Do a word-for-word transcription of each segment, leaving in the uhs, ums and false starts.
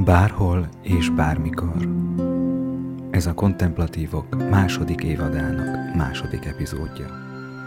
Bárhol és bármikor. Ez a Kontemplatívok második évadának második epizódja.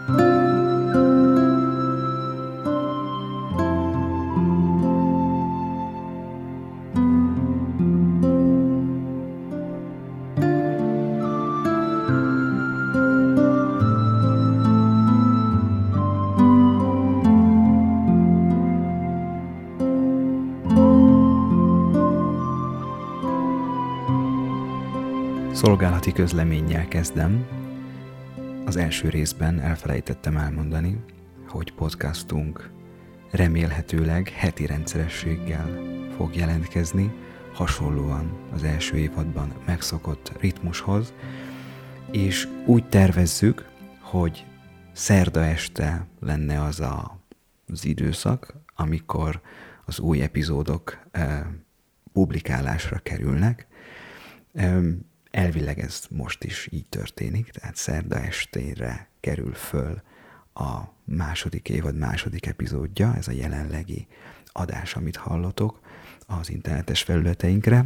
Szolgálati közleménnyel kezdem. Az első részben elfelejtettem elmondani, hogy podcastunk remélhetőleg heti rendszerességgel fog jelentkezni, hasonlóan az első évadban megszokott ritmushoz, és úgy tervezzük, hogy szerda este lenne az a, az időszak, amikor az új epizódok e, publikálásra kerülnek. E, Elvileg ez most is így történik, tehát szerda estére kerül föl a második évad második epizódja, ez a jelenlegi adás, amit hallotok az internetes felületeinkre.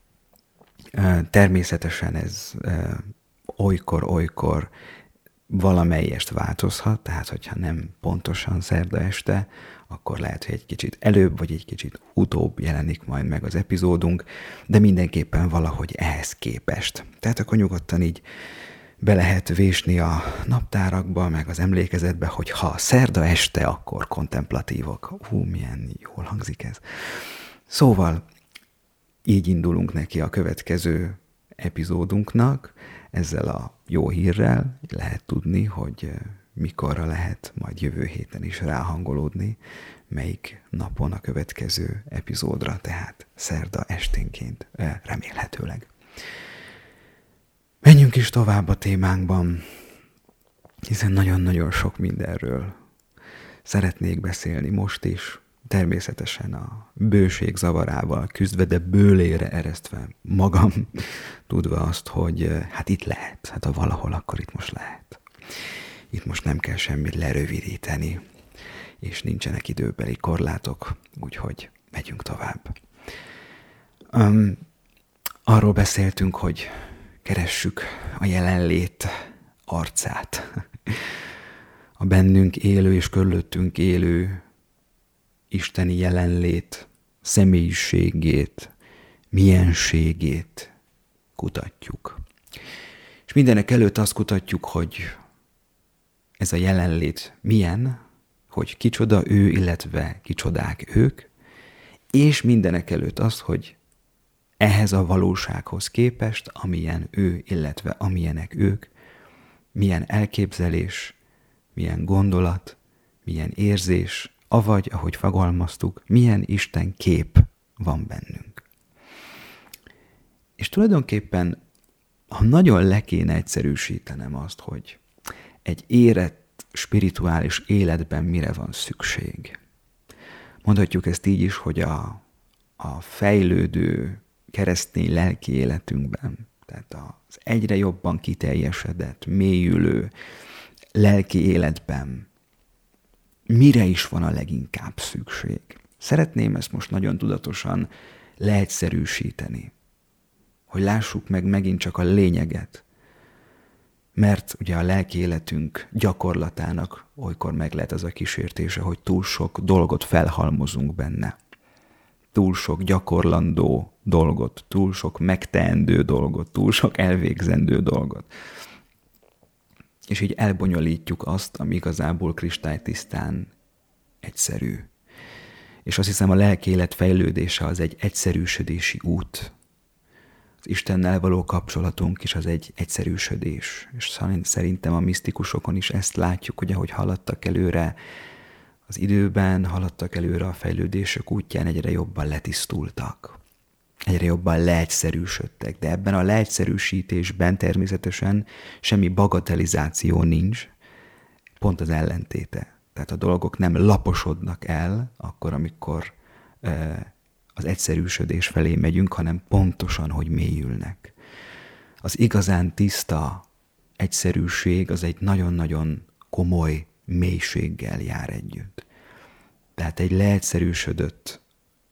Természetesen ez olykor-olykor valamelyest változhat, tehát hogyha nem pontosan szerda este, akkor lehet, hogy egy kicsit előbb, vagy egy kicsit utóbb jelenik majd meg az epizódunk, de mindenképpen valahogy ehhez képest. Tehát akkor nyugodtan így be lehet vésni a naptárakba, meg az emlékezetbe, hogy ha szerda este, akkor kontemplatívok. Hú, milyen jól hangzik ez. Szóval így indulunk neki a következő epizódunknak, ezzel a jó hírrel lehet tudni, hogy mikorra lehet majd jövő héten is ráhangolódni, melyik napon a következő epizódra, tehát szerda esténként remélhetőleg. Menjünk is tovább a témánkban, hiszen nagyon-nagyon sok mindenről szeretnék beszélni most is, természetesen a bőség zavarával küzdve, de bőlére eresztve magam, tudva azt, hogy hát itt lehet, hát ha valahol, akkor itt most lehet. Itt most nem kell semmit lerövidíteni, és nincsenek időbeli korlátok, úgyhogy megyünk tovább. Um, arról beszéltünk, hogy keressük a jelenlét arcát. A bennünk élő és körülöttünk élő isteni jelenlét személyiségét, mienségét kutatjuk. És mindenek előtt azt kutatjuk, hogy ez a jelenlét milyen, hogy kicsoda ő, illetve kicsodák ők, és mindenek előtt az, hogy ehhez a valósághoz képest, amilyen ő, illetve amilyenek ők, milyen elképzelés, milyen gondolat, milyen érzés, avagy, ahogy fogalmaztuk, milyen Isten kép van bennünk. És tulajdonképpen, ha nagyon le kéne egyszerűsítenem azt, hogy egy érett spirituális életben mire van szükség. Mondhatjuk ezt így is, hogy a, a fejlődő keresztény lelki életünkben, tehát az egyre jobban kiteljesedett, mélyülő lelki életben mire is van a leginkább szükség. Szeretném ezt most nagyon tudatosan leegyszerűsíteni, hogy lássuk meg megint csak a lényeget, mert ugye a lelki életünk gyakorlatának olykor meg lehet az a kísértése, hogy túl sok dolgot felhalmozunk benne. Túl sok gyakorlandó dolgot, túl sok megteendő dolgot, túl sok elvégzendő dolgot. És így elbonyolítjuk azt, ami igazából kristálytisztán egyszerű. És azt hiszem, a lelki élet fejlődése az egy egyszerűsödési út. Az Istennel való kapcsolatunk is az egy egyszerűsödés. És szerintem a misztikusokon is ezt látjuk, hogy ahogy haladtak előre az időben, haladtak előre a fejlődések útján, egyre jobban letisztultak. Egyre jobban leegyszerűsödtek. De ebben a leegyszerűsítésben természetesen semmi bagatelizáció nincs, pont az ellentéte. Tehát a dolgok nem laposodnak el akkor, amikor e, az egyszerűsödés felé megyünk, hanem pontosan, hogy mélyülnek. Az igazán tiszta egyszerűség az egy nagyon-nagyon komoly mélységgel jár együtt. Tehát egy leegyszerűsödött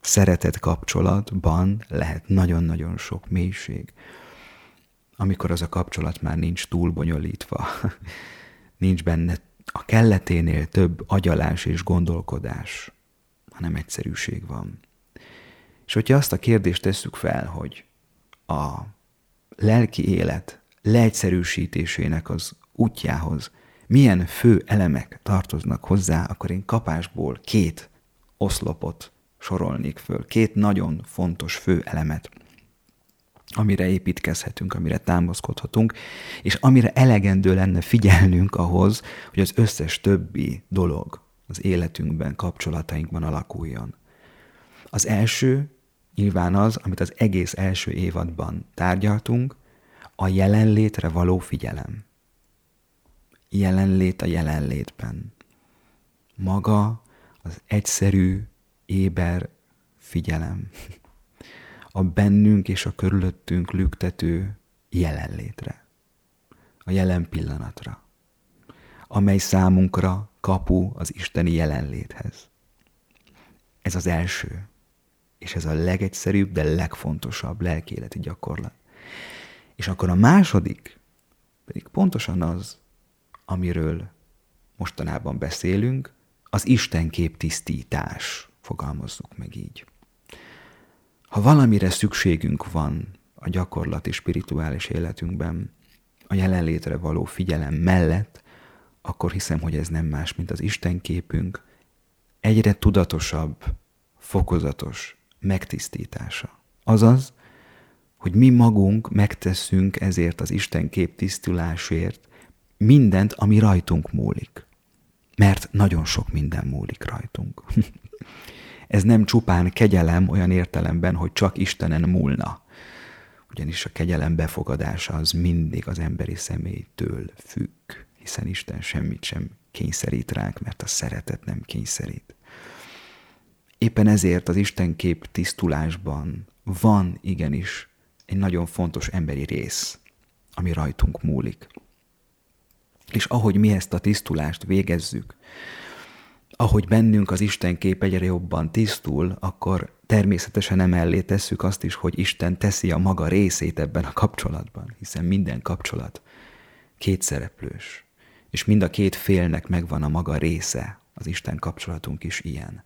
szeretet kapcsolatban lehet nagyon-nagyon sok mélység, amikor az a kapcsolat már nincs túl bonyolítva, nincs benne a kelleténél több agyalás és gondolkodás, hanem egyszerűség van. És hogyha azt a kérdést tesszük fel, hogy a lelki élet leegyszerűsítésének az útjához milyen fő elemek tartoznak hozzá, akkor én kapásból két oszlopot sorolnék föl, két nagyon fontos fő elemet, amire építkezhetünk, amire támaszkodhatunk, és amire elegendő lenne figyelnünk ahhoz, hogy az összes többi dolog az életünkben, kapcsolatainkban alakuljon. Az első nyilván az, amit az egész első évadban tárgyaltunk, a jelenlétre való figyelem. Jelenlét a jelenlétben. Maga az egyszerű, éber figyelem. A bennünk és a körülöttünk lüktető jelenlétre. A jelen pillanatra. Amely számunkra kapu az isteni jelenléthez. Ez az első. És ez a legegyszerűbb, de legfontosabb lelkiéleti gyakorlat. És akkor a második pedig pontosan az, amiről mostanában beszélünk, az Istenkép tisztítás, fogalmazzuk meg így. Ha valamire szükségünk van a gyakorlati spirituális életünkben, a jelenlétre való figyelem mellett, akkor hiszem, hogy ez nem más, mint az Istenképünk egyre tudatosabb, fokozatos megtisztítása. Azaz, hogy mi magunk megteszünk ezért az Istenkép tisztulásért mindent, ami rajtunk múlik. Mert nagyon sok minden múlik rajtunk. Ez nem csupán kegyelem olyan értelemben, hogy csak Istenen múlna. Ugyanis a kegyelem befogadása az mindig az emberi személytől függ, hiszen Isten semmit sem kényszerít ránk, mert a szeretet nem kényszerít. Éppen ezért az Istenkép tisztulásban van igenis egy nagyon fontos emberi rész, ami rajtunk múlik. És ahogy mi ezt a tisztulást végezzük, ahogy bennünk az Istenkép egyre jobban tisztul, akkor természetesen emellé tesszük azt is, hogy Isten teszi a maga részét ebben a kapcsolatban, hiszen minden kapcsolat kétszereplős, és mind a két félnek megvan a maga része, az Isten kapcsolatunk is ilyen.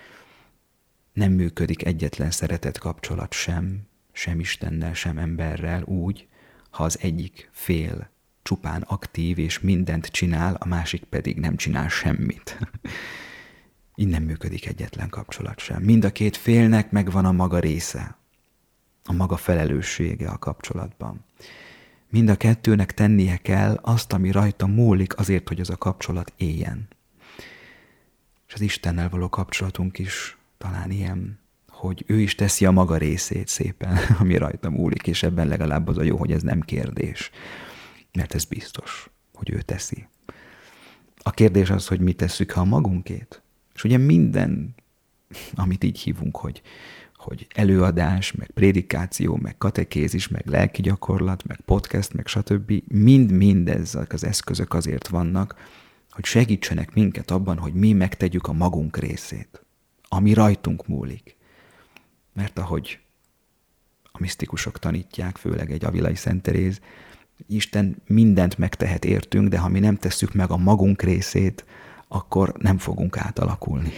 Nem működik egyetlen szeretet kapcsolat sem, sem Istennel, sem emberrel úgy, ha az egyik fél csupán aktív és mindent csinál, a másik pedig nem csinál semmit. Így nem működik egyetlen kapcsolat sem. Mind a két félnek megvan a maga része, a maga felelőssége a kapcsolatban. Mind a kettőnek tennie kell azt, ami rajta múlik azért, hogy az a kapcsolat éljen. És az Istennel való kapcsolatunk is talán ilyen, hogy ő is teszi a maga részét szépen, ami rajta múlik, és ebben legalább az a jó, hogy ez nem kérdés. Mert ez biztos, hogy ő teszi. A kérdés az, hogy mi tesszük, ha a magunkét. És ugye minden, amit így hívunk, hogy, hogy előadás, meg prédikáció, meg katekézis, meg lelki gyakorlat, meg podcast, meg stb. Mind-mind ezek az eszközök azért vannak, hogy segítsenek minket abban, hogy mi megtegyük a magunk részét, ami rajtunk múlik. Mert ahogy a misztikusok tanítják, főleg egy Avilai Szent Teréz, Isten mindent megtehet értünk, de ha mi nem tesszük meg a magunk részét, akkor nem fogunk átalakulni.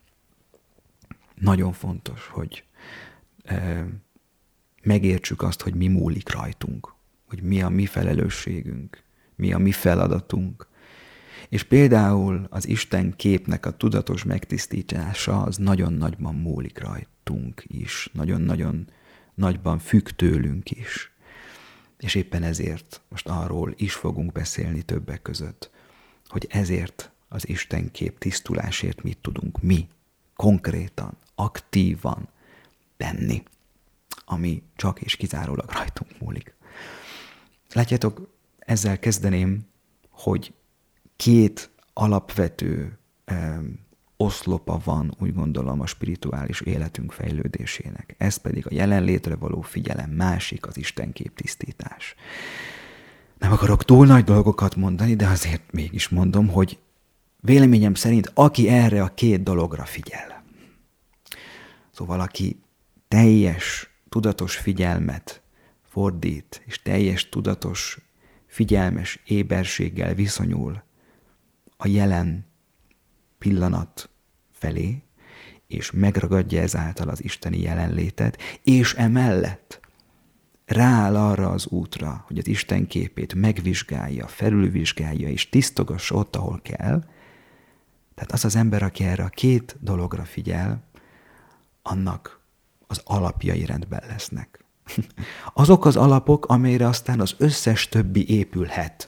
Nagyon fontos, hogy e, megértsük azt, hogy mi múlik rajtunk, hogy mi a mi felelősségünk, mi a mi feladatunk. És például az Isten képnek a tudatos megtisztítása az nagyon nagyban múlik rajtunk is, nagyon-nagyon nagyban függ tőlünk is. És éppen ezért most arról is fogunk beszélni többek között, hogy ezért az Istenkép tisztulásért mit tudunk mi konkrétan, aktívan tenni, ami csak és kizárólag rajtunk múlik. Látjátok, ezzel kezdeném, hogy két alapvető eh, oszlopa van, úgy gondolom, a spirituális életünk fejlődésének. Ez pedig a jelenlétre való figyelem, másik az Istenkép tisztítás. Nem akarok túl nagy dolgokat mondani, de azért mégis mondom, hogy véleményem szerint aki erre a két dologra figyel. Az Szóval aki teljes, tudatos figyelmet fordít, és teljes, tudatos, figyelmes éberséggel viszonyul a jelen pillanat felé, és megragadja ezáltal az isteni jelenlétet, és emellett rááll arra az útra, hogy az Isten képét megvizsgálja, felülvizsgálja, és tisztogassa ott, ahol kell. Tehát az az ember, aki erre a két dologra figyel, annak az alapjai rendben lesznek. Azok az alapok, amelyre aztán az összes többi épülhet.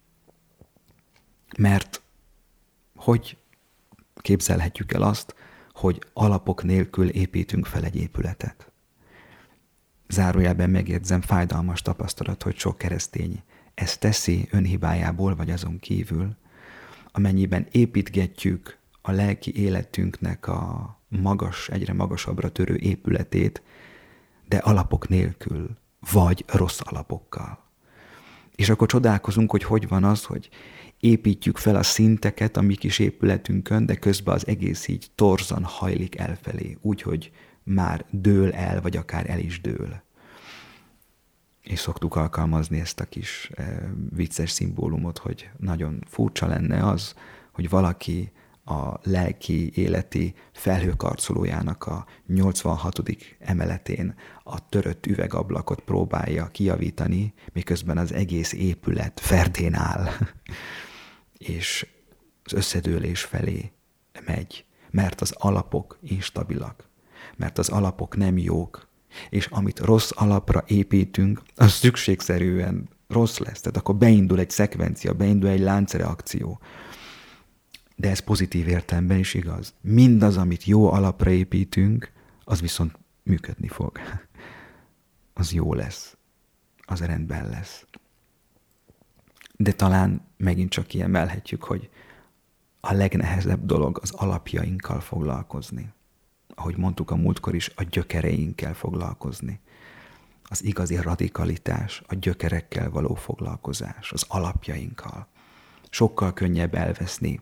Mert hogy képzelhetjük el azt, hogy alapok nélkül építünk fel egy épületet? Zárójelben megjegyzem, fájdalmas tapasztalat, hogy sok keresztény ezt teszi önhibájából, vagy azon kívül, amennyiben építgetjük a lelki életünknek a magas, egyre magasabbra törő épületét, de alapok nélkül, vagy rossz alapokkal. És akkor csodálkozunk, hogy hogy van az, hogy építjük fel a szinteket a mi kis épületünkön, de közben az egész így torzan hajlik elfelé, úgyhogy már dől el, vagy akár el is dől. És szoktuk alkalmazni ezt a kis e, vicces szimbólumot, hogy nagyon furcsa lenne az, hogy valaki a lelki életi felhőkarcolójának a nyolcvanhatodik emeletén a törött üvegablakot próbálja kijavítani, miközben az egész épület ferdén áll, és az összedőlés felé megy, mert az alapok instabilak, mert az alapok nem jók, és amit rossz alapra építünk, az szükségszerűen rossz lesz. Tehát akkor beindul egy szekvencia, beindul egy láncreakció. De ez pozitív értelemben is igaz. Mindaz, amit jó alapra építünk, az viszont működni fog. Az jó lesz. Az rendben lesz. De talán megint csak kiemelhetjük, hogy a legnehezebb dolog az alapjainkkal foglalkozni. Ahogy mondtuk a múltkor is, a gyökereinkkel foglalkozni. Az igazi radikalitás, a gyökerekkel való foglalkozás, az alapjainkkal. Sokkal könnyebb elveszni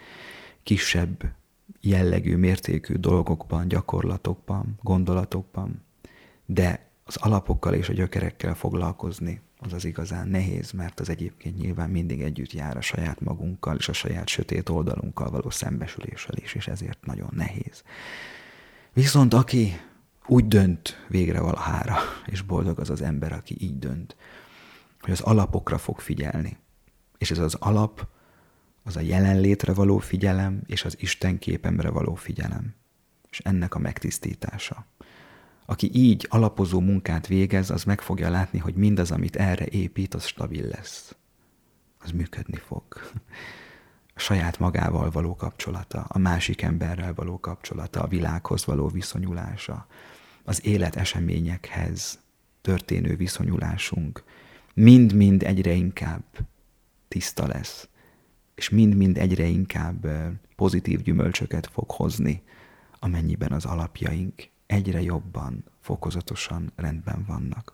kisebb jellegű, mértékű dolgokban, gyakorlatokban, gondolatokban, de az alapokkal és a gyökerekkel foglalkozni, az az igazán nehéz, mert az egyébként nyilván mindig együtt jár a saját magunkkal és a saját sötét oldalunkkal való szembesüléssel is, és ezért nagyon nehéz. Viszont aki úgy dönt végre valahára, és boldog az az ember, aki így dönt, hogy az alapokra fog figyelni, és ez az alap, az a jelenlétre való figyelem, és az Isten képemre való figyelem, és ennek a megtisztítása. Aki így alapozó munkát végez, az meg fogja látni, hogy mindaz, amit erre épít, az stabil lesz. Az működni fog. A saját magával való kapcsolata, a másik emberrel való kapcsolata, a világhoz való viszonyulása, az élet eseményekhez történő viszonyulásunk mind-mind egyre inkább tiszta lesz, és mind-mind egyre inkább pozitív gyümölcsöket fog hozni, amennyiben az alapjaink egyre jobban, fokozatosan rendben vannak.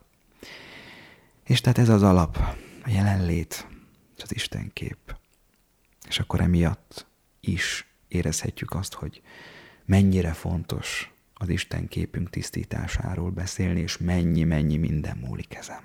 És tehát ez az alap, a jelenlét, az Istenkép. És akkor emiatt is érezhetjük azt, hogy mennyire fontos az Istenképünk tisztításáról beszélni, és mennyi-mennyi minden múlik ezen.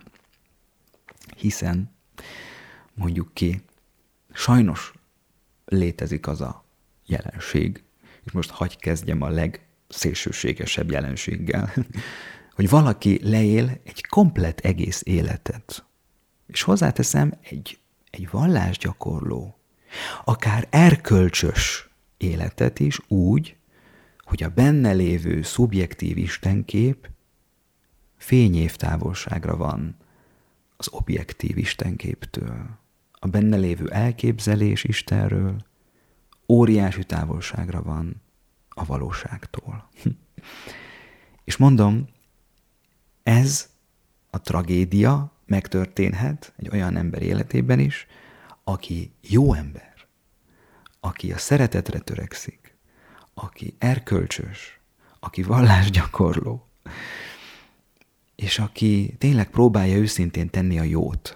Hiszen, mondjuk ki, sajnos létezik az a jelenség, és most hagyj kezdjem a legszélsőségesebb jelenséggel, hogy valaki leél egy komplett egész életet. És hozzáteszem, egy, egy vallásgyakorló, akár erkölcsös életet is úgy, hogy a benne lévő szubjektív istenkép fényévtávolságra van az objektív istenképtől. A benne lévő elképzelés Istenről óriási távolságra van a valóságtól. És mondom, ez a tragédia megtörténhet egy olyan ember életében is, aki jó ember, aki a szeretetre törekszik, aki erkölcsös, aki vallásgyakorló, és aki tényleg próbálja őszintén tenni a jót.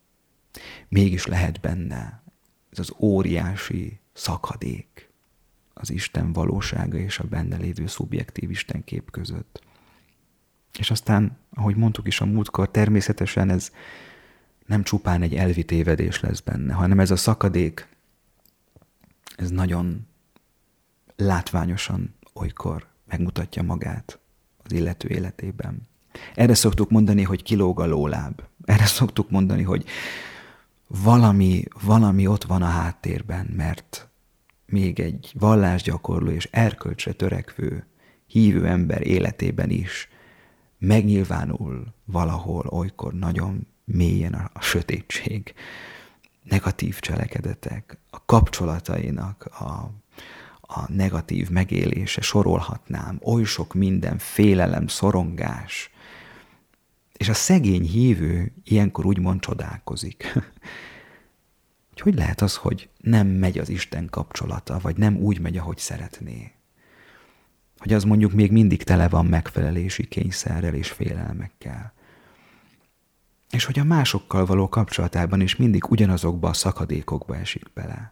Mégis lehet benne ez az óriási szakadék, az Isten valósága és a benne lévő szubjektív Istenkép között. És aztán, ahogy mondtuk is a múltkor, természetesen ez nem csupán egy elvi tévedés lesz benne, hanem ez a szakadék, ez nagyon látványosan olykor megmutatja magát az illető életében. Erre szoktuk mondani, hogy kilóg a lóláb. Erre szoktuk mondani, hogy valami, valami ott van a háttérben, mert még egy vallásgyakorló és erkölcsre törekvő hívő ember életében is megnyilvánul valahol olykor nagyon mélyen a, a sötétség, negatív cselekedetek, a kapcsolatainak a, a negatív megélése, sorolhatnám, oly sok minden, félelem, szorongás. És a szegény hívő ilyenkor úgymond csodálkozik. Hogy hogy lehet az, hogy nem megy az Isten kapcsolata, vagy nem úgy megy, ahogy szeretné? Hogy az mondjuk még mindig tele van megfelelési kényszerrel és félelmekkel. És hogy a másokkal való kapcsolatában is mindig ugyanazokba a szakadékokba esik bele.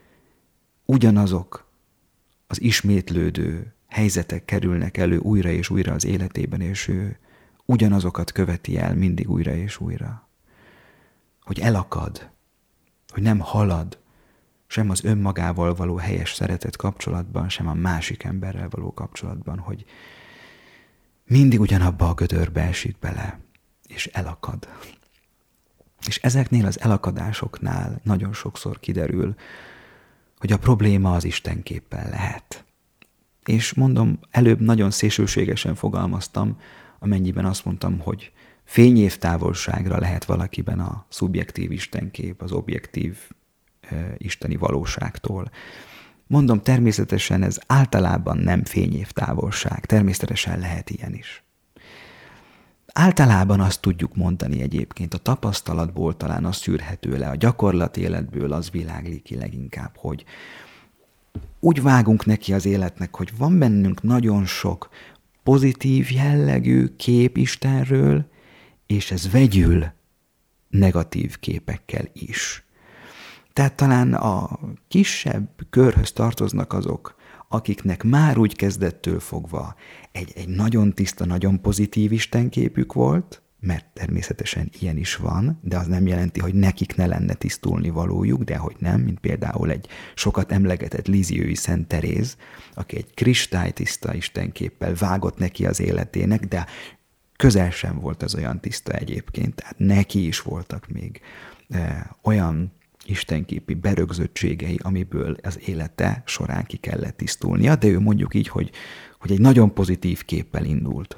Ugyanazok az ismétlődő helyzetek kerülnek elő újra és újra az életében, és ő ugyanazokat követi el mindig újra és újra. Hogy elakad, hogy nem halad, sem az önmagával való helyes szeretet kapcsolatban, sem a másik emberrel való kapcsolatban, hogy mindig ugyanabba a gödörbe esik bele, és elakad. És ezeknél az elakadásoknál nagyon sokszor kiderül, hogy a probléma az Istenképpel lehet. És mondom, előbb nagyon szélsőségesen fogalmaztam, amennyiben azt mondtam, hogy fényév távolságra lehet valakiben a szubjektív istenkép, az objektív e, isteni valóságtól. Mondom, természetesen ez általában nem fényév távolság, természetesen lehet ilyen is. Általában azt tudjuk mondani egyébként, a tapasztalatból talán az szűrhető le, a gyakorlati életből az világlik ki leginkább, hogy úgy vágunk neki az életnek, hogy van bennünk nagyon sok pozitív jellegű kép Istenről, és ez vegyül negatív képekkel is. Tehát talán a kisebb körhöz tartoznak azok, akiknek már úgy kezdettől fogva egy, egy nagyon tiszta, nagyon pozitív istenképük volt, mert természetesen ilyen is van, de az nem jelenti, hogy nekik ne lenne tisztulni valójuk, de hogy nem, mint például egy sokat emlegetett Líziói Szent Teréz, aki egy kristálytiszta istenképpel vágott neki az életének, de közel sem volt az olyan tiszta egyébként, tehát neki is voltak még e, olyan istenképi berögzöttségei, amiből az élete során ki kellett tisztulnia, de ő mondjuk így, hogy, hogy egy nagyon pozitív képpel indult.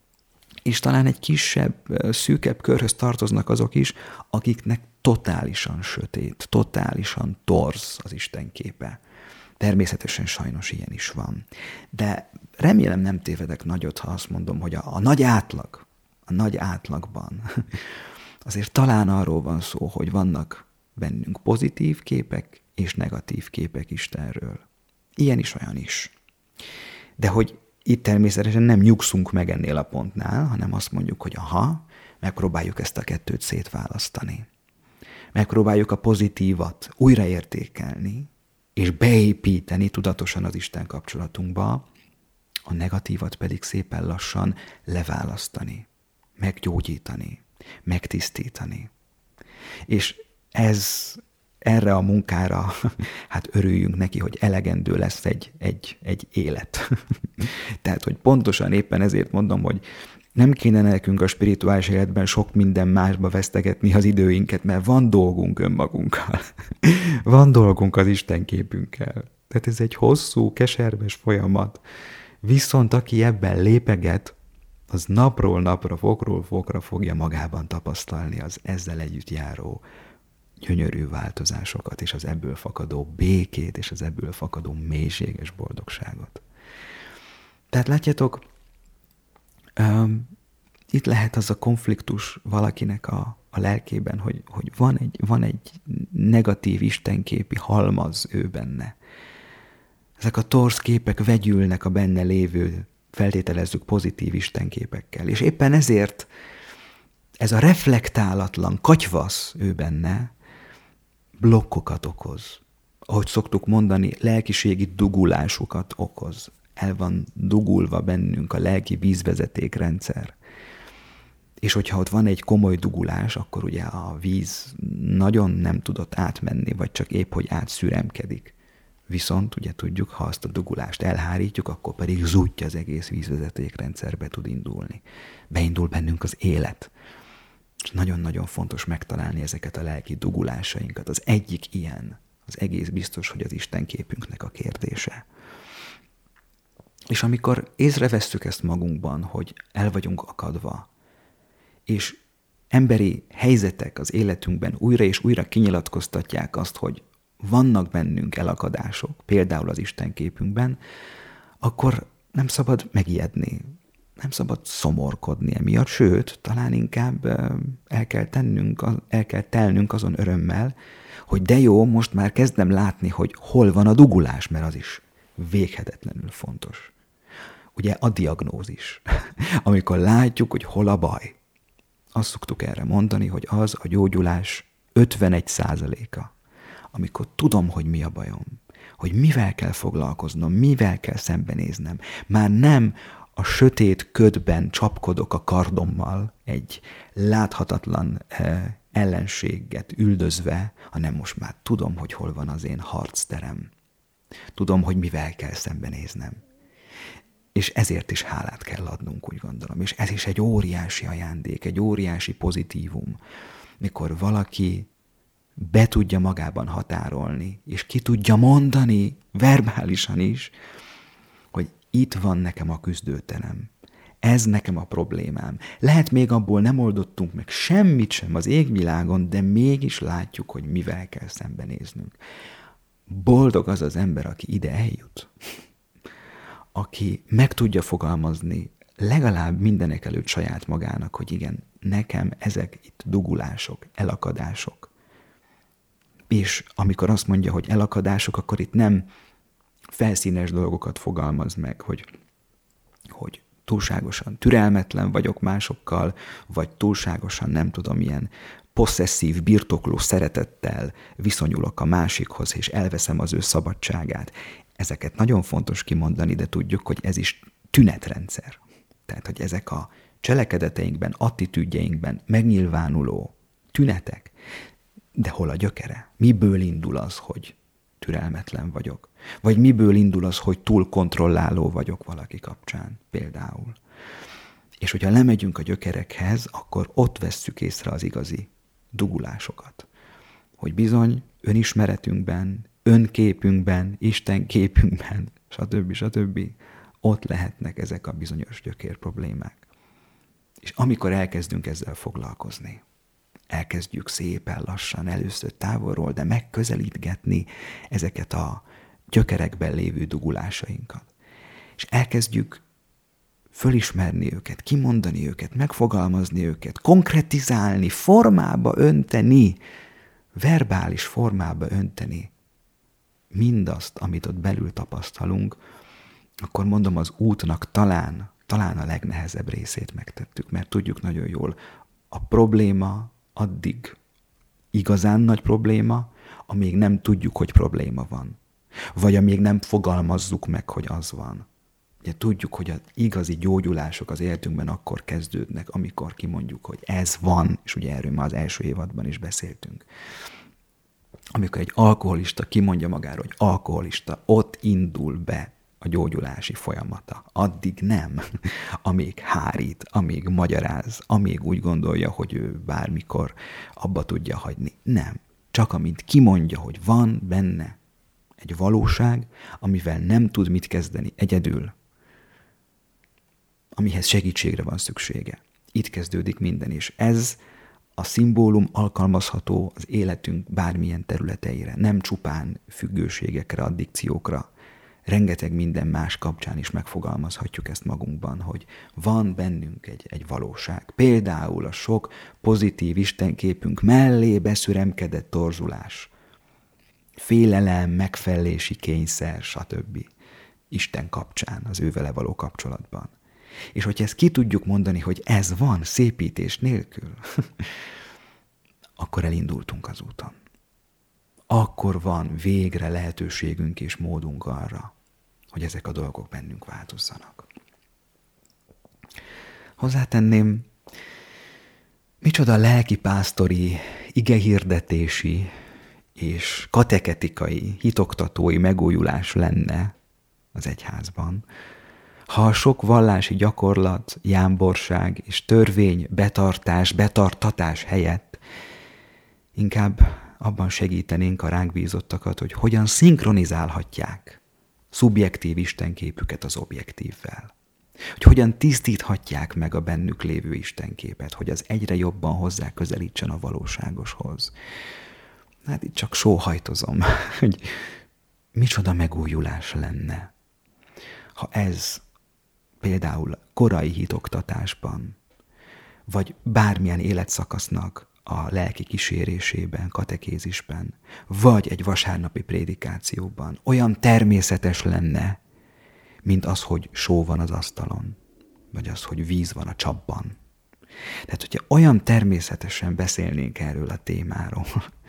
És talán egy kisebb, szűkebb körhöz tartoznak azok is, akiknek totálisan sötét, totálisan torz az istenképe. Természetesen sajnos ilyen is van. De remélem nem tévedek nagyot, ha azt mondom, hogy a, a nagy átlag, a nagy átlagban azért talán arról van szó, hogy vannak bennünk pozitív képek és negatív képek Istenről. Ilyen is, olyan is. De hogy itt természetesen nem nyugszunk meg ennél a pontnál, hanem azt mondjuk, hogy aha, megpróbáljuk ezt a kettőt szétválasztani. Megpróbáljuk a pozitívat újraértékelni, és beépíteni tudatosan az Isten kapcsolatunkba, a negatívat pedig szépen lassan leválasztani, meggyógyítani, megtisztítani. És ez, erre a munkára, hát örüljünk neki, hogy elegendő lesz egy, egy, egy élet. Tehát, hogy pontosan éppen ezért mondom, hogy nem kéne nekünk a spirituális életben sok minden másba vesztegetni az időinket, mert van dolgunk önmagunkkal. Van dolgunk az Istenképünkkel. Tehát ez egy hosszú, keserves folyamat. Viszont aki ebben lépeget, az napról napra, fokról fokra fogja magában tapasztalni az ezzel együtt járó gyönyörű változásokat, és az ebből fakadó békét, és az ebből fakadó mélységes boldogságot. Tehát látjátok, um, itt lehet az a konfliktus valakinek a, a lelkében, hogy, hogy van, egy, van egy negatív istenképi halmaz ő benne. Ezek a torz képek vegyülnek a benne lévő, feltételezzük pozitív istenképekkel. És éppen ezért ez a reflektálatlan katyvasz ő benne blokkokat okoz ahogy szoktuk mondani, lelkiségi dugulásokat okoz. El van dugulva bennünk a lelki vízvezetékrendszer. És hogyha ott van egy komoly dugulás, akkor ugye a víz nagyon nem tudott átmenni, vagy csak épp, hogy átszüremkedik. Viszont ugye tudjuk, ha azt a dugulást elhárítjuk, akkor pedig zútja az egész vízvezetékrendszerbe tud indulni. Beindul bennünk az élet. És nagyon-nagyon fontos megtalálni ezeket a lelki dugulásainkat. Az egyik ilyen, az egész biztos, hogy az Isten képünknek a kérdése. És amikor észrevesszük ezt magunkban, hogy el vagyunk akadva, és emberi helyzetek az életünkben újra és újra kinyilatkoztatják azt, hogy vannak bennünk elakadások, például az Isten képünkben, akkor nem szabad megijedni, nem szabad szomorkodni emiatt, sőt, talán inkább el kell tennünk, el kell telnünk azon örömmel, hogy de jó, most már kezdem látni, hogy hol van a dugulás, mert az is véghetetlenül fontos. Ugye a diagnózis, amikor látjuk, hogy hol a baj. Azt szoktuk erre mondani, hogy az a gyógyulás ötvenegy százaléka, amikor tudom, hogy mi a bajom, hogy mivel kell foglalkoznom, mivel kell szembenéznem. Már nem a sötét ködben csapkodok a kardommal egy láthatatlan eh, ellenséget üldözve, hanem most már tudom, hogy hol van az én harcterem. Tudom, hogy mivel kell szembenéznem. És ezért is hálát kell adnunk, úgy gondolom. És ez is egy óriási ajándék, egy óriási pozitívum, mikor valaki be tudja magában határolni, és ki tudja mondani, verbálisan is, hogy itt van nekem a küzdőterem. Ez nekem a problémám. Lehet még abból nem oldottunk meg semmit sem az égvilágon, de mégis látjuk, hogy mivel kell szembenéznünk. Boldog az az ember, aki ide eljut. Aki meg tudja fogalmazni legalább mindenek előtt saját magának, hogy igen, nekem ezek itt dugulások, elakadások. És amikor azt mondja, hogy elakadások, akkor itt nem felszínes dolgokat fogalmaz meg, hogy, hogy túlságosan türelmetlen vagyok másokkal, vagy túlságosan nem tudom, ilyen posszesszív, birtokló szeretettel viszonyulok a másikhoz, és elveszem az ő szabadságát. Ezeket nagyon fontos kimondani, de tudjuk, hogy ez is tünetrendszer. Tehát, hogy ezek a cselekedeteinkben, attitűdjeinkben megnyilvánuló tünetek, de hol a gyökere? Miből indul az, hogy türelmetlen vagyok? Vagy miből indul az, hogy túl kontrolláló vagyok valaki kapcsán például? És hogyha lemegyünk a gyökerekhez, akkor ott vesszük észre az igazi dugulásokat. Hogy bizony önismeretünkben, önképünkben, Isten képünkben, stb. stb. Ott lehetnek ezek a bizonyos gyökér problémák. És amikor elkezdünk ezzel foglalkozni, elkezdjük szépen lassan, először távolról, de megközelítgetni ezeket a gyökerekben lévő dugulásainkat. És elkezdjük fölismerni őket, kimondani őket, megfogalmazni őket, konkretizálni, formába önteni, verbális formába önteni mindazt, amit ott belül tapasztalunk, akkor mondom, az útnak talán, talán a legnehezebb részét megtettük, mert tudjuk nagyon jól, a probléma addig igazán nagy probléma, amíg nem tudjuk, hogy probléma van. Vagy amíg nem fogalmazzuk meg, hogy az van. Ugye tudjuk, hogy az igazi gyógyulások az életünkben akkor kezdődnek, amikor kimondjuk, hogy ez van, és ugye erről már az első évadban is beszéltünk. Amikor egy alkoholista kimondja magáról, hogy alkoholista, ott indul be a gyógyulási folyamata. Addig nem, amíg hárít, amíg magyaráz, amíg úgy gondolja, hogy ő bármikor abba tudja hagyni. Nem. Csak amint kimondja, hogy van benne egy valóság, amivel nem tud mit kezdeni egyedül, amihez segítségre van szüksége. Itt kezdődik minden, és ez a szimbólum alkalmazható az életünk bármilyen területeire, nem csupán függőségekre, addikciókra, rengeteg minden más kapcsán is megfogalmazhatjuk ezt magunkban, hogy van bennünk egy, egy valóság. Például a sok pozitív istenképünk mellé beszüremkedett torzulás, félelem, megfelelési kényszer, stb. Isten kapcsán, az ő vele való kapcsolatban. És hogyha ezt ki tudjuk mondani, hogy ez van szépítés nélkül, akkor elindultunk az úton. akkor van végre lehetőségünk és módunk arra, hogy ezek a dolgok bennünk változzanak. Hozzátenném, micsoda lelkipásztori, igehirdetési és kateketikai, hitoktatói megújulás lenne az egyházban, ha a sok vallási gyakorlat, jámborság és törvény, betartás, betartatás helyett inkább abban segítenénk a ránk bízottakat, hogy hogyan szinkronizálhatják szubjektív istenképüket az objektívvel. Hogy hogyan tisztíthatják meg a bennük lévő istenképet, hogy az egyre jobban hozzá közelítsen a valóságoshoz. Hát itt csak sóhajtozom, hogy micsoda megújulás lenne, ha ez például korai hitoktatásban, vagy bármilyen életszakasznak a lelki kísérésében, katekézisben, vagy egy vasárnapi prédikációban olyan természetes lenne, mint az, hogy só van az asztalon, vagy az, hogy víz van a csapban. Tehát, hogyha olyan természetesen beszélnénk erről a témáról,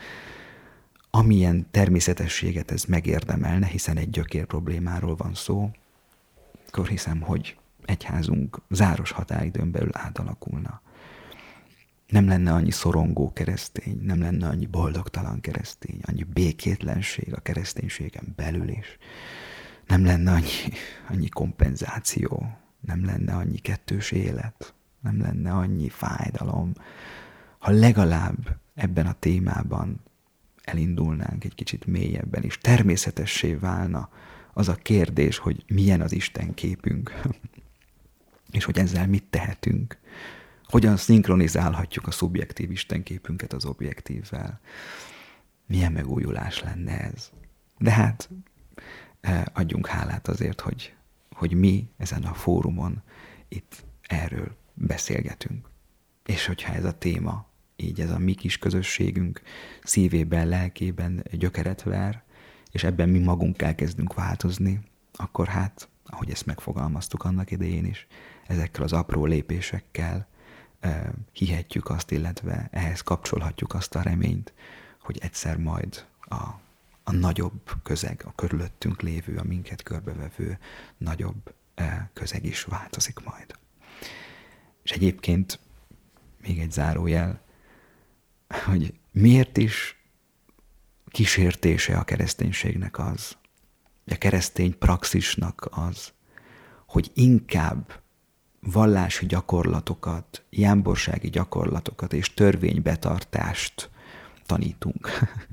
amilyen természetességet ez megérdemelne, hiszen egy gyökér problémáról van szó, akkor hiszem, hogy egyházunk záros határidőn belül átalakulna. Nem lenne annyi szorongó keresztény, nem lenne annyi boldogtalan keresztény, annyi békétlenség a kereszténységen belül is. Nem lenne annyi, annyi kompenzáció, nem lenne annyi kettős élet, nem lenne annyi fájdalom, ha legalább ebben a témában elindulnánk egy kicsit mélyebben, és természetessé válna az a kérdés, hogy milyen az Isten képünk, és hogy ezzel mit tehetünk, hogyan szinkronizálhatjuk a szubjektív istenképünket az objektívvel. Milyen megújulás lenne ez. De hát adjunk hálát azért, hogy, hogy mi ezen a fórumon itt erről beszélgetünk. És hogyha ez a téma, így ez a mi kis közösségünk szívében, lelkében gyökeret ver, és ebben mi magunk elkezdünk változni, akkor hát, ahogy ezt megfogalmaztuk annak idején is, ezekkel az apró lépésekkel eh, hihetjük azt, illetve ehhez kapcsolhatjuk azt a reményt, hogy egyszer majd a, a nagyobb közeg, a körülöttünk lévő, a minket körbevevő nagyobb eh, közeg is változik majd. És egyébként még egy zárójel, hogy miért is kísértése a kereszténységnek az, a keresztény praxisnak az, hogy inkább vallási gyakorlatokat, jámborsági gyakorlatokat és törvénybetartást tanítunk.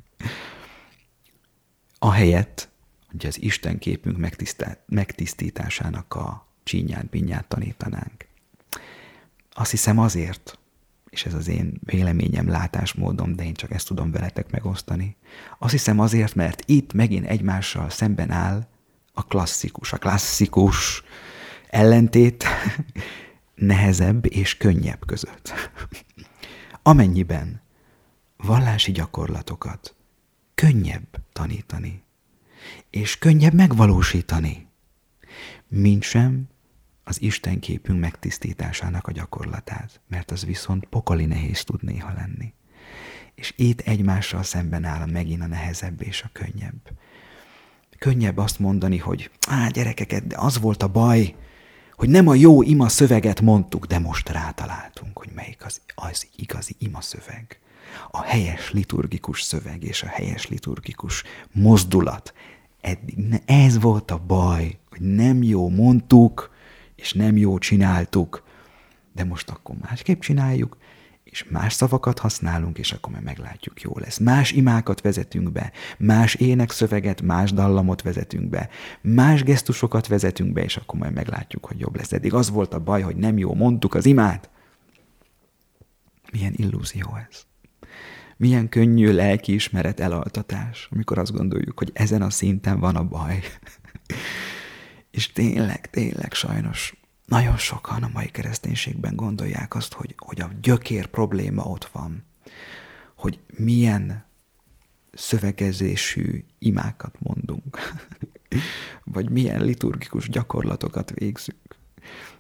Ahelyett, hogy az istenképünk megtisztításának a csínyát, bínyát tanítanánk. Azt hiszem azért, és ez az én véleményem, látásmódom, de én csak ezt tudom veletek megosztani. Azt hiszem azért, mert itt megint egymással szemben áll a klasszikus, a klasszikus ellentét nehezebb és könnyebb között. Amennyiben vallási gyakorlatokat könnyebb tanítani, és könnyebb megvalósítani, mintsem az istenképünk megtisztításának a gyakorlatát, mert az viszont pokoli nehéz tud néha lenni. És itt egymással szemben áll megint a nehezebb és a könnyebb. Könnyebb azt mondani, hogy á, gyerekeket, de az volt a baj, hogy nem a jó ima szöveget mondtuk, de most rátaláltunk, hogy melyik az, az igazi ima szöveg. A helyes liturgikus szöveg és a helyes liturgikus mozdulat. Eddig, ez volt a baj, hogy nem jó mondtuk, és nem jó csináltuk, de most akkor másképp csináljuk, és más szavakat használunk, és akkor már meglátjuk, jó lesz. Más imákat vezetünk be, más énekszöveget, más dallamot vezetünk be, más gesztusokat vezetünk be, és akkor majd meglátjuk, hogy jobb lesz. Eddig az volt a baj, hogy nem jó mondtuk az imát. Milyen illúzió ez. Milyen könnyű lelkiismeret elaltatás, amikor azt gondoljuk, hogy ezen a szinten van a baj. És tényleg, tényleg sajnos nagyon sokan a mai kereszténységben gondolják azt, hogy, hogy a gyökér probléma ott van, hogy milyen szövegezésű imákat mondunk, vagy milyen liturgikus gyakorlatokat végzünk.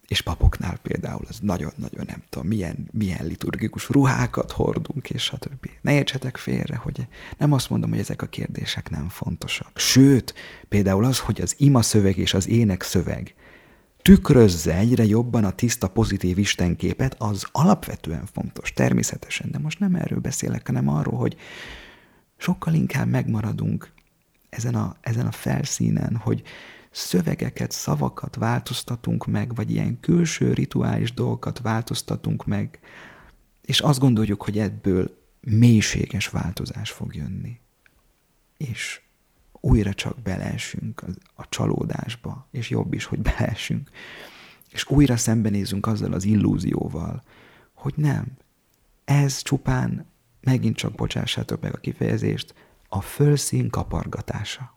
És papoknál például az nagyon-nagyon nem tudom, milyen, milyen liturgikus ruhákat hordunk, és stb. Ne értsetek félre, hogy nem azt mondom, hogy ezek a kérdések nem fontosak. Sőt, például az, hogy az ima szöveg és az ének szöveg tükrözze egyre jobban a tiszta, pozitív istenképet, az alapvetően fontos, természetesen. De most nem erről beszélek, hanem arról, hogy sokkal inkább megmaradunk ezen a, ezen a felszínen, hogy szövegeket, szavakat változtatunk meg, vagy ilyen külső rituális dolgokat változtatunk meg, és azt gondoljuk, hogy ebből mélységes változás fog jönni. És újra csak beleesünk a csalódásba, és jobb is, hogy beleesünk. És újra szembenézünk azzal az illúzióval, hogy nem, ez csupán, megint csak bocsássátok meg a kifejezést, a fölszín kapargatása.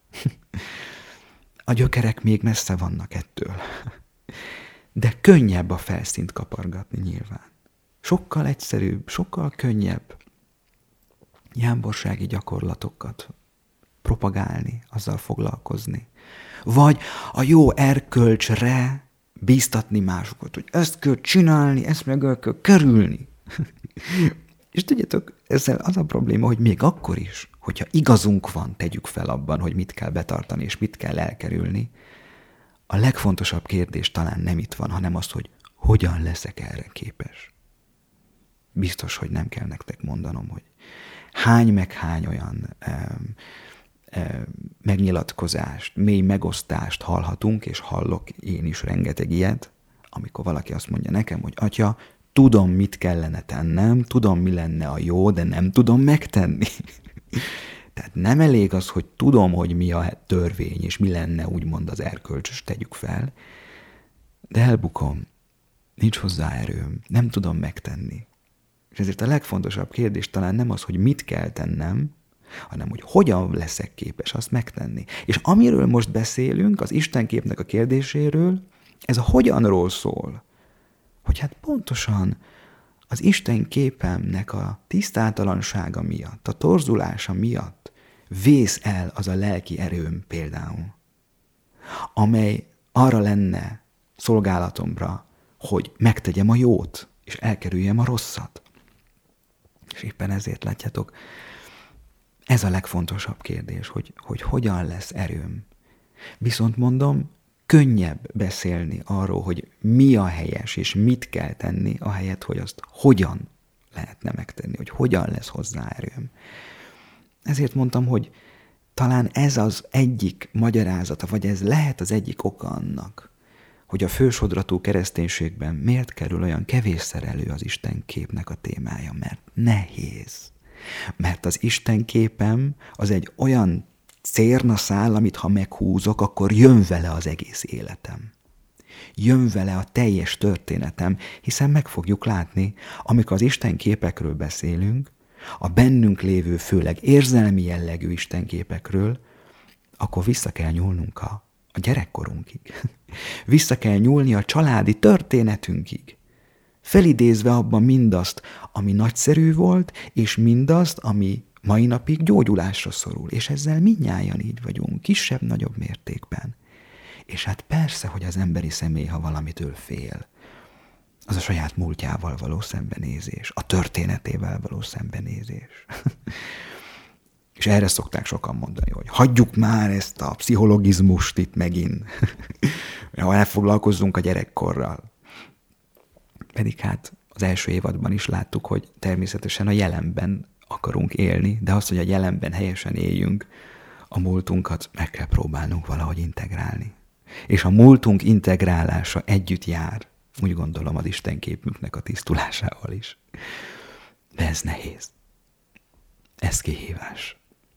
A gyökerek még messze vannak ettől. De könnyebb a felszínt kapargatni nyilván. Sokkal egyszerűbb, sokkal könnyebb jámborsági gyakorlatokat propagálni, azzal foglalkozni. Vagy a jó erkölcsre bíztatni másokat, hogy ezt kell csinálni, ezt meg el kell kerülni. És tudjátok, ezzel az a probléma, hogy még akkor is, hogyha igazunk van, tegyük fel abban, hogy mit kell betartani és mit kell elkerülni, a legfontosabb kérdés talán nem itt van, hanem az, hogy hogyan leszek erre képes. Biztos, hogy nem kell nektek mondanom, hogy hány meg hány olyan um, um, megnyilatkozást, mély megosztást hallhatunk, és hallok én is rengeteg ilyet, amikor valaki azt mondja nekem, hogy atya, tudom, mit kellene tennem, tudom, mi lenne a jó, de nem tudom megtenni. Tehát nem elég az, hogy tudom, hogy mi a törvény, és mi lenne úgymond az erkölcsös, tegyük fel, de elbukom, nincs hozzá erőm, nem tudom megtenni. És ezért a legfontosabb kérdés talán nem az, hogy mit kell tennem, hanem hogy hogyan leszek képes azt megtenni. És amiről most beszélünk, az Istenképnek a kérdéséről, ez a hogyanról szól. Hogy hát pontosan az Isten képemnek a tisztátalansága miatt, a torzulása miatt vész el az a lelki erőm például, amely arra lenne szolgálatomra, hogy megtegyem a jót, és elkerüljem a rosszat. És éppen ezért látjátok, ez a legfontosabb kérdés, hogy, hogy hogyan lesz erőm. Viszont mondom, könnyebb beszélni arról, hogy mi a helyes, és mit kell tenni, ahelyett, hogy azt hogyan lehetne megtenni, hogy hogyan lesz hozzá erőm. Ezért mondtam, hogy talán ez az egyik magyarázata, vagy ez lehet az egyik oka annak, hogy a fősodratú kereszténységben miért kerül olyan kevésszer elő az Isten képnek a témája, mert nehéz. Mert az Isten képem az egy olyan cérnaszál, amit ha meghúzok, akkor jön vele az egész életem. Jön vele a teljes történetem, hiszen meg fogjuk látni, amikor az Isten képekről beszélünk, a bennünk lévő, főleg érzelmi jellegű Isten képekről, akkor vissza kell nyúlnunk a, a gyerekkorunkig. Vissza kell nyúlni a családi történetünkig. Felidézve abban mindazt, ami nagyszerű volt, és mindazt, ami mai napig gyógyulásra szorul, és ezzel mindnyájan így vagyunk, kisebb-nagyobb mértékben. És hát persze, hogy az emberi személy, ha valamitől fél, az a saját múltjával való szembenézés, a történetével való szembenézés. És erre szokták sokan mondani, hogy hagyjuk már ezt a pszichologizmust itt megint, ha elfoglalkozzunk a gyerekkorral. Pedig hát az első évadban is láttuk, hogy természetesen a jelenben akarunk élni, de az, hogy a jelenben helyesen éljünk, a múltunkat meg kell próbálnunk valahogy integrálni. És a múltunk integrálása együtt jár, úgy gondolom, az Istenképünknek a tisztulásával is. De ez nehéz. Ez kihívás.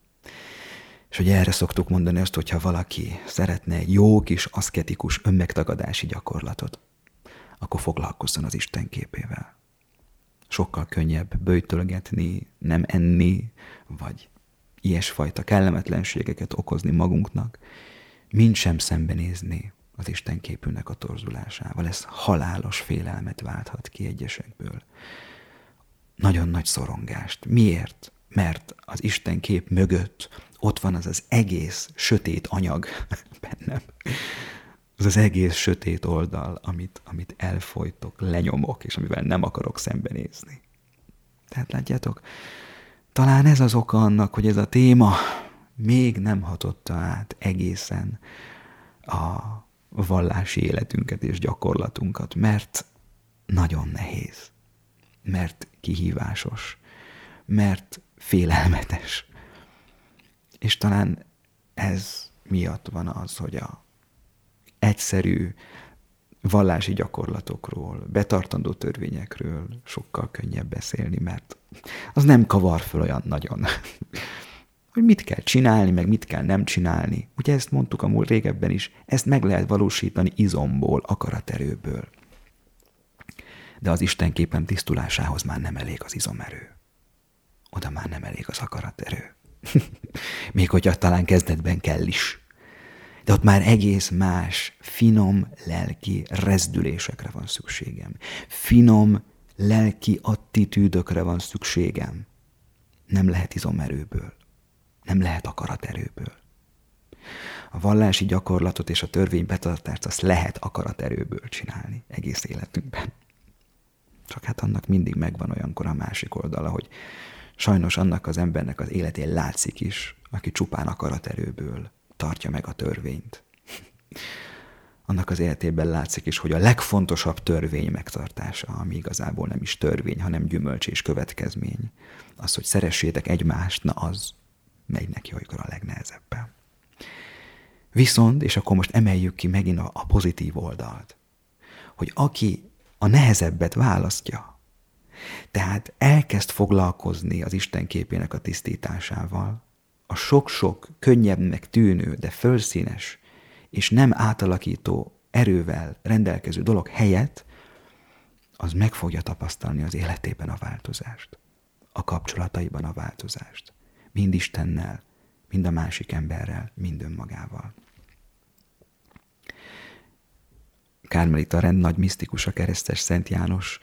És hogy erre szoktuk mondani azt, hogyha valaki szeretne egy jó kis aszketikus önmegtagadási gyakorlatot, akkor foglalkozzon az Isten képével. Sokkal könnyebb böjtölgetni, nem enni, vagy ilyesfajta kellemetlenségeket okozni magunknak, mint sem szembenézni az Isten képünknek a torzulásával. Ez halálos félelmet válthat ki egyesekből. Nagyon nagy szorongást. Miért? Mert az Isten kép mögött ott van az az egész sötét anyag bennem, az az egész sötét oldal, amit, amit elfojtok, lenyomok, és amivel nem akarok szembenézni. Tehát látjátok, talán ez az oka annak, hogy ez a téma még nem hatotta át egészen a vallási életünket és gyakorlatunkat, mert nagyon nehéz, mert kihívásos, mert félelmetes. És talán ez miatt van az, hogy a egyszerű vallási gyakorlatokról, betartandó törvényekről sokkal könnyebb beszélni, mert az nem kavar föl olyan nagyon, hogy mit kell csinálni, meg mit kell nem csinálni. Ugye ezt mondtuk a múlt régebben is, ezt meg lehet valósítani izomból, akaraterőből. De az Istenképen tisztulásához már nem elég az izomerő. Oda már nem elég az akaraterő. Még hogyha talán kezdetben kell is. De ott már egész más, finom lelki rezdülésekre van szükségem. Finom lelki attitűdökre van szükségem. Nem lehet izomerőből. Nem lehet akaraterőből. A vallási gyakorlatot és a törvény betartást azt lehet akaraterőből csinálni egész életünkben. Csak hát annak mindig megvan olyankor a másik oldala, hogy sajnos annak az embernek az életén látszik is, aki csupán akaraterőből tartja meg a törvényt. Annak az életében látszik is, hogy a legfontosabb törvény megtartása, ami igazából nem is törvény, hanem gyümölcs és következmény, az, hogy szeressétek egymást, na az megy neki olykor a legnehezebben. Viszont, és akkor most emeljük ki megint a, a pozitív oldalt, hogy aki a nehezebbet választja, tehát elkezd foglalkozni az Isten képének a tisztításával, a sok-sok könnyebbnek tűnő, de fölszínes és nem átalakító erővel rendelkező dolog helyett, az meg fogja tapasztalni az életében a változást, a kapcsolataiban a változást. Mind Istennel, mind a másik emberrel, mind önmagával. Kármelita rend nagy misztikus, a keresztes Szent János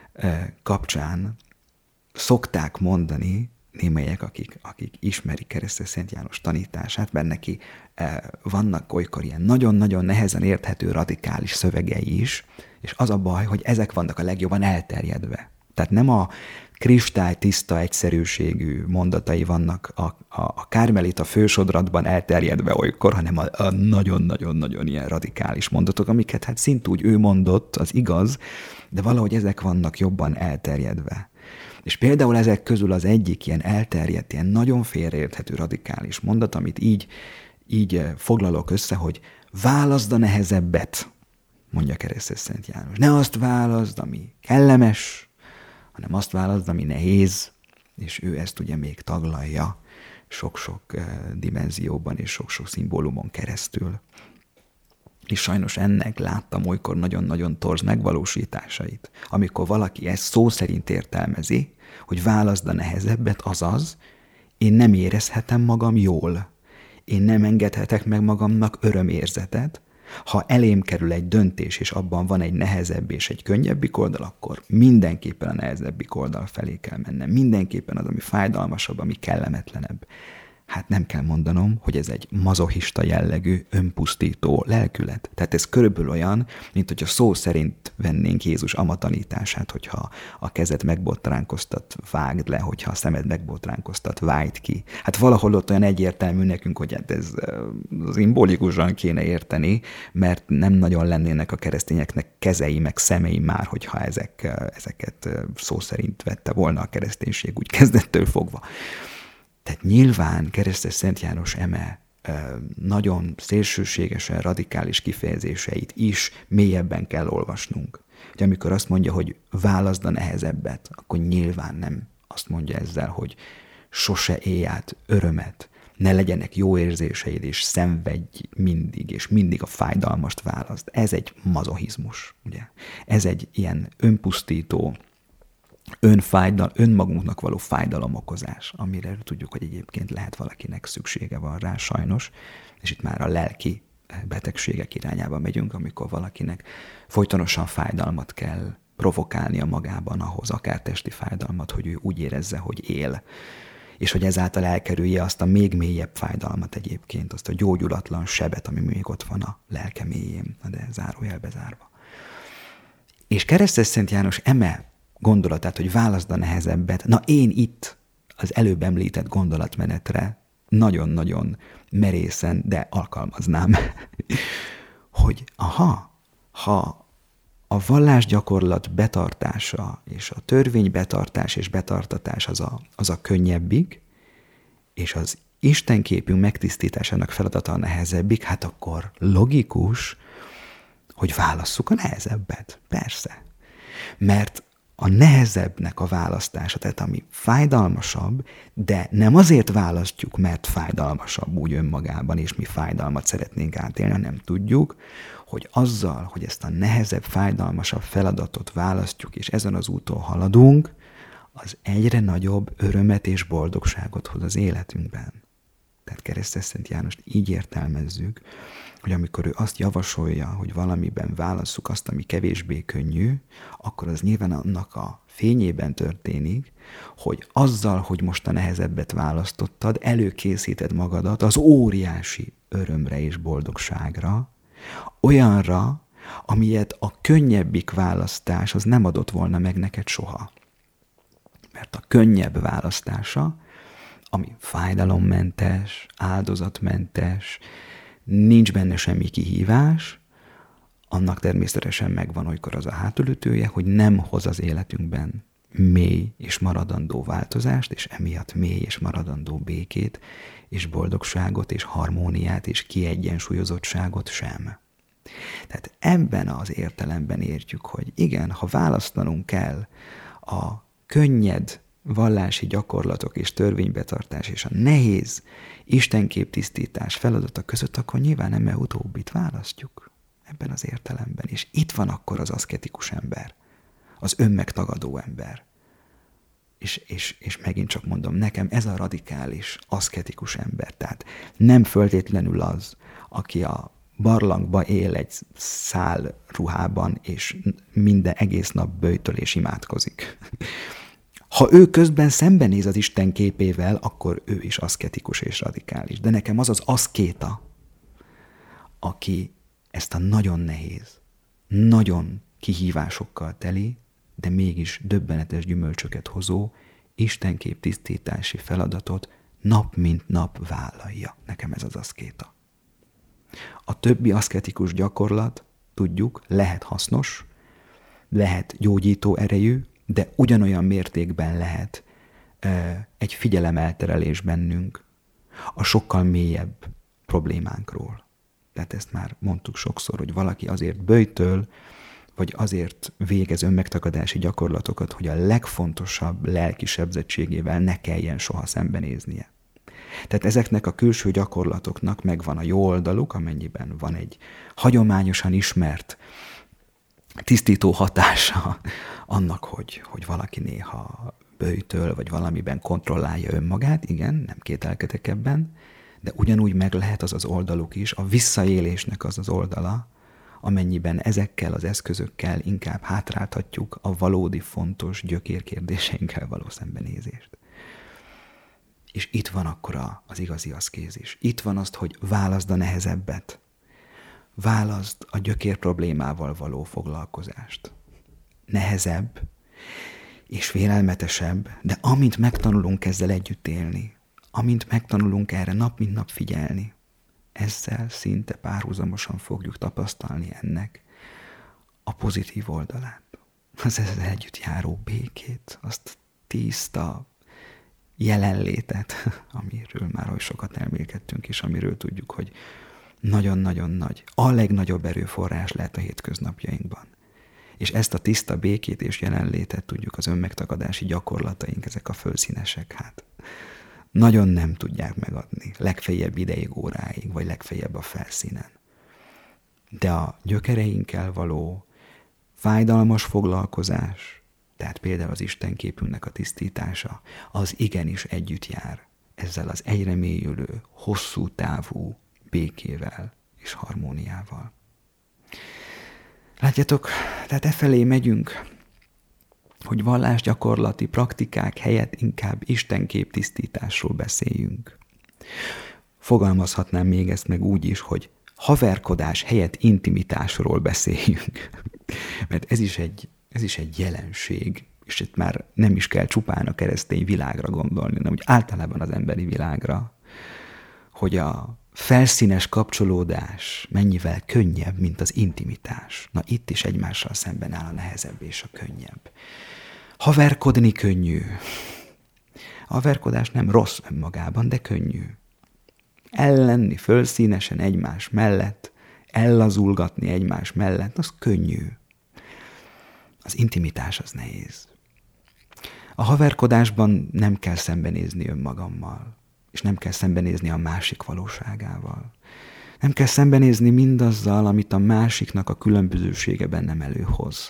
kapcsán szokták mondani, némelyek, akik, akik ismerik keresztes Szent János tanítását, mert neki vannak olykor ilyen nagyon-nagyon nehezen érthető radikális szövegei is, és az a baj, hogy ezek vannak a legjobban elterjedve. Tehát nem a kristálytiszta egyszerűségű mondatai vannak a, a, a Kármelita fősodratban elterjedve olykor, hanem a, a nagyon-nagyon-nagyon ilyen radikális mondatok, amiket hát szintúgy ő mondott, az igaz, de valahogy ezek vannak jobban elterjedve. És például ezek közül az egyik ilyen elterjedt, ilyen nagyon félreérthető radikális mondat, amit így, így foglalok össze, hogy válaszd a nehezebbet, mondja keresztes Szent János. Ne azt válaszd, ami kellemes, hanem azt válaszd, ami nehéz, és ő ezt ugye még taglalja sok-sok dimenzióban és sok-sok szimbólumon keresztül. És sajnos ennek láttam olykor nagyon-nagyon torz megvalósításait. Amikor valaki ezt szó szerint értelmezi, hogy válaszd a nehezebbet, azaz, én nem érezhetem magam jól. Én nem engedhetek meg magamnak örömérzetet. Ha elém kerül egy döntés, és abban van egy nehezebb és egy könnyebbik oldal, akkor mindenképpen a nehezebbik oldal felé kell mennem. Mindenképpen az, ami fájdalmasabb, ami kellemetlenebb. Hát nem kell mondanom, hogy ez egy mazochista jellegű, önpusztító lelkület. Tehát ez körülbelül olyan, mint hogyha szó szerint vennénk Jézus amatanítását, hogyha a kezed megbotránkoztat, vágd le, hogyha a szemed megbotránkoztat, vágd ki. Hát valahol ott olyan egyértelmű nekünk, hogy hát ez szimbolikusan kéne érteni, mert nem nagyon lennének a keresztényeknek kezei, meg szemei már, hogyha ezek, ezeket szó szerint vette volna a kereszténység úgy kezdettől fogva. Tehát nyilván keresztes Szent János eme nagyon szélsőségesen radikális kifejezéseit is mélyebben kell olvasnunk. Hogy amikor azt mondja, hogy válaszd a nehezebbet, akkor nyilván nem azt mondja ezzel, hogy sose élj át örömet, ne legyenek jó érzéseid, és szenvedj mindig, és mindig a fájdalmast válaszd. Ez egy mazochizmus, ugye? Ez egy ilyen önpusztító, önfájdal, önmagunknak való fájdalomokozás, amire tudjuk, hogy egyébként lehet valakinek szüksége van rá sajnos, és itt már a lelki betegségek irányába megyünk, amikor valakinek folytonosan fájdalmat kell provokálnia magában ahhoz, akár testi fájdalmat, hogy ő úgy érezze, hogy él. és hogy ezáltal elkerülje azt a még mélyebb fájdalmat egyébként, azt a gyógyulatlan sebet, ami még ott van a lelke mélyén, de zárójelbe zárva. És Keresztes Szent János eme gondolatát, hogy válaszd a nehezebbet, na én itt az előbb említett gondolatmenetre nagyon-nagyon merészen, de alkalmaznám, hogy aha, ha a vallásgyakorlat betartása és a törvény betartás és betartatás az a, az a könnyebbik, és az istenképünk megtisztításának feladata a nehezebbik, hát akkor logikus, hogy válasszuk a nehezebbet. Persze. Mert a nehezebbnek a választása, tehát ami fájdalmasabb, de nem azért választjuk, mert fájdalmasabb úgy önmagában, és mi fájdalmat szeretnénk átélni, nem tudjuk, hogy azzal, hogy ezt a nehezebb, fájdalmasabb feladatot választjuk, és ezen az úton haladunk, az egyre nagyobb örömet és boldogságot hoz az életünkben. Tehát Keresztes Szent Jánost így értelmezzük, hogy amikor ő azt javasolja, hogy valamiben válasszuk azt, ami kevésbé könnyű, akkor az nyilván annak a fényében történik, hogy azzal, hogy most a nehezebbet választottad, előkészíted magadat az óriási örömre és boldogságra, olyanra, amilyet a könnyebbik választás az nem adott volna meg neked soha. Mert a könnyebb választása, ami fájdalommentes, áldozatmentes, nincs benne semmi kihívás, annak természetesen megvan olykor az a hátulütője, hogy nem hoz az életünkben mély és maradandó változást, és emiatt mély és maradandó békét, és boldogságot, és harmóniát, és kiegyensúlyozottságot sem. Tehát ebben az értelemben értjük, hogy igen, ha választanunk kell a könnyed vallási gyakorlatok és törvénybetartás és a nehéz istenképtisztítás feladata között, akkor nyilván nem e utóbbit választjuk ebben az értelemben. És itt van akkor az aszketikus ember, az önmegtagadó ember. És, és, és megint csak mondom, nekem ez a radikális, aszketikus ember. Tehát nem föltétlenül az, aki a barlangba él egy szál ruhában, és minden egész nap böjtöl és imádkozik. Ha ő közben szembenéz az Isten képével, akkor ő is aszketikus és radikális. De nekem az az aszkéta, aki ezt a nagyon nehéz, nagyon kihívásokkal teli, de mégis döbbenetes gyümölcsöket hozó istenkép tisztítási feladatot nap mint nap vállalja. Nekem ez az aszkéta. A többi aszketikus gyakorlat, tudjuk, lehet hasznos, lehet gyógyító erejű, de ugyanolyan mértékben lehet e, egy figyelemelterelés bennünk a sokkal mélyebb problémánkról. Tehát ezt már mondtuk sokszor, hogy valaki azért böjtöl, vagy azért végez önmegtagadási gyakorlatokat, hogy a legfontosabb lelki sebzettségével ne kelljen soha szembenéznie. Tehát ezeknek a külső gyakorlatoknak megvan a jó oldaluk, amennyiben van egy hagyományosan ismert tisztító hatása annak, hogy, hogy valaki néha böjtöl, vagy valamiben kontrollálja önmagát, igen, nem kételkedek ebben, de ugyanúgy meg lehet az az oldaluk is, a visszaélésnek az az oldala, amennyiben ezekkel az eszközökkel inkább hátráltatjuk a valódi fontos gyökérkérdéseinkkel való szembenézést. És itt van akkor az igazi aszkézis. Itt van azt, hogy válaszd a nehezebbet. Válaszd a gyökér problémával való foglalkozást. Nehezebb és félelmetesebb, de amint megtanulunk ezzel együtt élni, amint megtanulunk erre nap mint nap figyelni, ezzel szinte párhuzamosan fogjuk tapasztalni ennek a pozitív oldalát. Az ezzel együtt járó békét, azt tiszta jelenlétet, amiről már oly sokat elmélkedtünk, és amiről tudjuk, hogy nagyon-nagyon nagy, a legnagyobb erőforrás lehet a hétköznapjainkban. És ezt a tiszta békét és jelenlétet tudjuk az önmegtagadási gyakorlataink, ezek a fölszínesek, hát nagyon nem tudják megadni, legfeljebb ideig, óráig, vagy legfeljebb a felszínen. De a gyökereinkkel való fájdalmas foglalkozás, tehát például az Istenképünknek a tisztítása, az igenis együtt jár ezzel az egyre mélyülő, hosszú távú békével és harmóniával. Látjátok, tehát e felé megyünk, hogy vallásgyakorlati praktikák helyett inkább istenkép tisztításról beszéljünk. Fogalmazhatnám még ezt meg úgy is, hogy haverkodás helyett intimitásról beszéljünk. Mert ez is egy, ez is egy jelenség, és itt már nem is kell csupán a keresztény világra gondolni, hanem úgy általában az emberi világra, hogy a felszínes kapcsolódás mennyivel könnyebb, mint az intimitás. Na itt is egymással szemben áll a nehezebb és a könnyebb. Haverkodni könnyű. A haverkodás nem rossz önmagában, de könnyű. Ellenni fölszínesen egymás mellett, ellazulgatni egymás mellett, az könnyű. Az intimitás az nehéz. A haverkodásban nem kell szembenézni önmagammal, és nem kell szembenézni a másik valóságával. Nem kell szembenézni mindazzal, amit a másiknak a különbözősége bennem előhoz.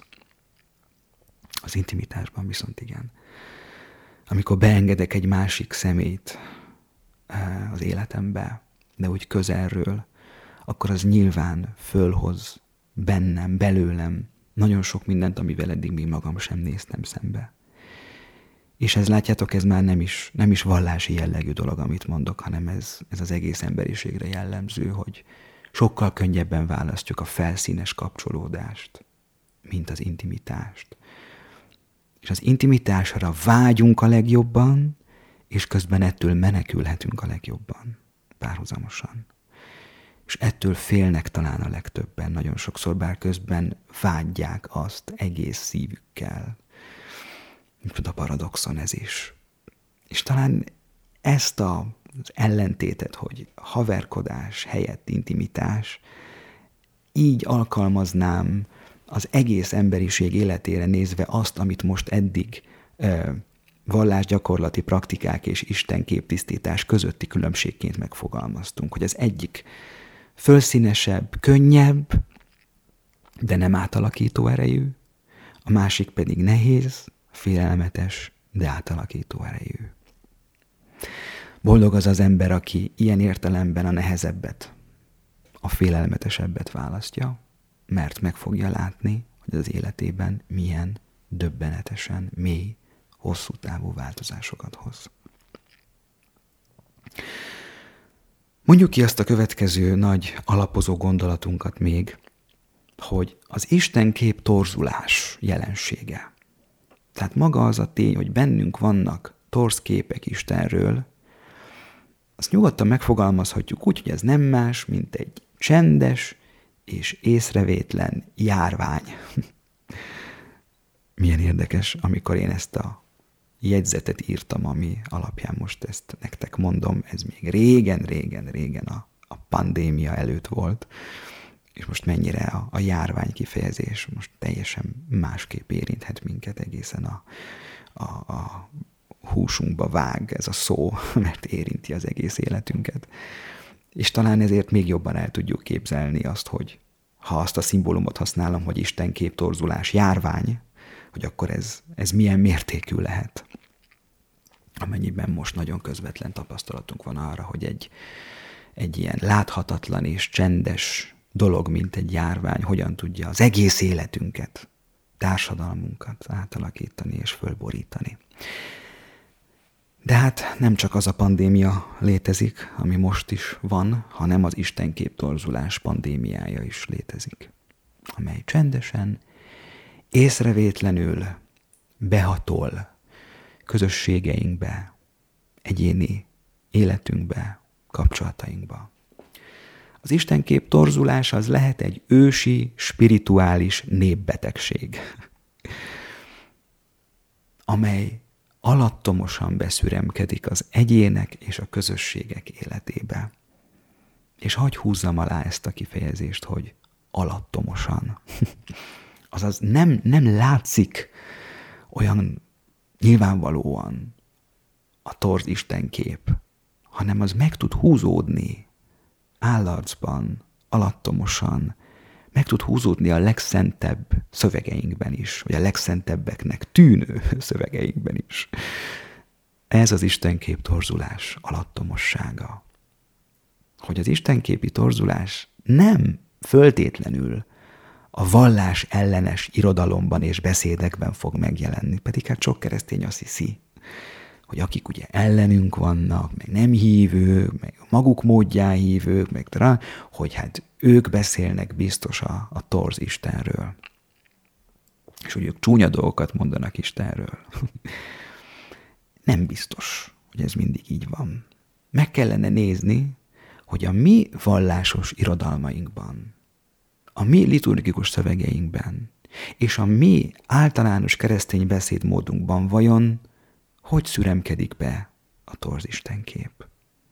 Az intimitásban viszont igen. Amikor beengedek egy másik szemét az életembe, de úgy közelről, akkor az nyilván fölhoz bennem, belőlem nagyon sok mindent, amivel eddig még magam sem néztem szembe. És ez, látjátok, ez már nem is, nem is vallási jellegű dolog, amit mondok, hanem ez, ez az egész emberiségre jellemző, hogy sokkal könnyebben választjuk a felszínes kapcsolódást, mint az intimitást. És az intimitásra vágyunk a legjobban, és közben ettől menekülhetünk a legjobban, párhuzamosan. És ettől félnek talán a legtöbben, nagyon sokszor, bár közben vágyják azt egész szívükkel. A paradoxon ez is. És talán ezt az ellentétet, hogy haverkodás helyett intimitás, így alkalmaznám az egész emberiség életére nézve azt, amit most eddig ö, vallásgyakorlati praktikák és istenképtisztítás közötti különbségként megfogalmaztunk, hogy az egyik fölszínesebb, könnyebb, de nem átalakító erejű, a másik pedig nehéz, félelmetes, de átalakító erejű. Boldog az az ember, aki ilyen értelemben a nehezebbet, a félelmetesebbet választja, mert meg fogja látni, hogy az életében milyen döbbenetesen mély, hosszú távú változásokat hoz. Mondjuk ki azt a következő nagy alapozó gondolatunkat még, hogy az istenkép torzulás jelensége. Tehát maga az a tény, hogy bennünk vannak torz képek Istenről, azt nyugodtan megfogalmazhatjuk úgy, hogy ez nem más, mint egy csendes és észrevétlen járvány. Milyen érdekes, amikor én ezt a jegyzetet írtam, ami alapján most ezt nektek mondom, ez még régen, régen, régen a, a pandémia előtt volt, és most mennyire a, a járvány kifejezés most teljesen másképp érinthet minket, egészen a, a, a húsunkba vág ez a szó, mert érinti az egész életünket. És talán ezért még jobban el tudjuk képzelni azt, hogy ha azt a szimbólumot használom, hogy istenkép torzulás járvány, hogy akkor ez, ez milyen mértékű lehet. Amennyiben most nagyon közvetlen tapasztalatunk van arra, hogy egy, egy ilyen láthatatlan és csendes dolog, mint egy járvány, hogyan tudja az egész életünket, társadalmunkat átalakítani és fölborítani. De hát nem csak az a pandémia létezik, ami most is van, hanem az istenkép torzulás pandémiája is létezik, amely csendesen, észrevétlenül behatol közösségeinkbe, egyéni életünkbe, kapcsolatainkba. Az istenkép torzulás az lehet egy ősi, spirituális népbetegség, amely alattomosan beszüremkedik az egyének és a közösségek életébe. És hadd húzzam alá ezt a kifejezést, hogy alattomosan. Azaz nem, nem látszik olyan nyilvánvalóan a torz istenkép, hanem az meg tud húzódni állarcban, alattomosan, meg tud húzódni a legszentebb szövegeinkben is, vagy a legszentebbeknek tűnő szövegeinkben is. Ez az istenkép torzulás alattomossága. Hogy az istenképi torzulás nem föltétlenül a vallás ellenes irodalomban és beszédekben fog megjelenni. Pedig hát sok keresztény azt hiszi, hogy akik ugye ellenünk vannak, meg nem hívők, meg maguk módján hívők, meg talán, hogy hát ők beszélnek biztos a, a torz Istenről. És hogy ők csúnya dolgokat mondanak Istenről. Nem biztos, hogy ez mindig így van. Meg kellene nézni, hogy a mi vallásos irodalmainkban, a mi liturgikus szövegeinkben, és a mi általános keresztény beszédmódunkban vajon hogy szüremkedik be a torz istenkép.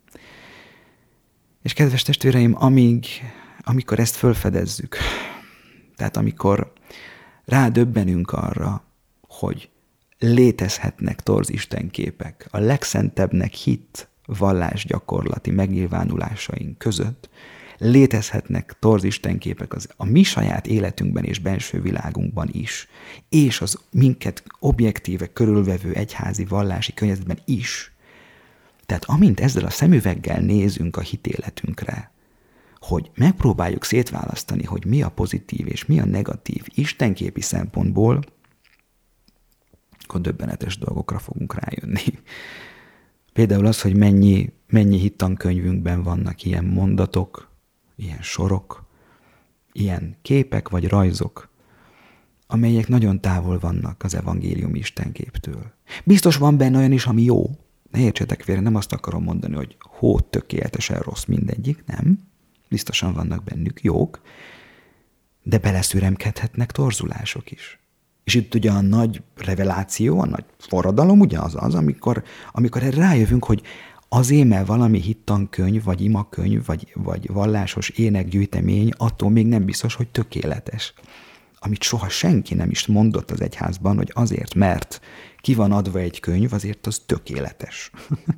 És kedves testvéreim, amíg, amikor ezt fölfedezzük, tehát amikor rádöbbenünk arra, hogy létezhetnek torz istenképek a legszentebbnek hitt vallásgyakorlati megnyilvánulásaink között, létezhetnek torz istenképek az, a mi saját életünkben és benső világunkban is, és az minket objektíve körülvevő egyházi vallási környezetben is. Tehát amint ezzel a szemüveggel nézünk a hitéletünkre, hogy megpróbáljuk szétválasztani, hogy mi a pozitív és mi a negatív istenképi szempontból, akkor döbbenetes dolgokra fogunk rájönni. Például az, hogy mennyi, mennyi hittankönyvünkben vannak ilyen mondatok, ilyen sorok, ilyen képek vagy rajzok, amelyek nagyon távol vannak az evangélium istenképtől. Biztos van benne olyan is, ami jó. Ne értsetek félre, nem azt akarom mondani, hogy hó, tökéletesen rossz mindegyik, nem. Biztosan vannak bennük jók, de beleszüremkedhetnek torzulások is. És itt ugye a nagy reveláció, a nagy forradalom ugye az az, amikor, amikor erre rájövünk, hogy azért, mert valami hittankönyv, vagy imakönyv, vagy, vagy vallásos énekgyűjtemény, attól még nem biztos, hogy tökéletes. Amit soha senki nem is mondott az egyházban, hogy azért, mert ki van adva egy könyv, azért az tökéletes.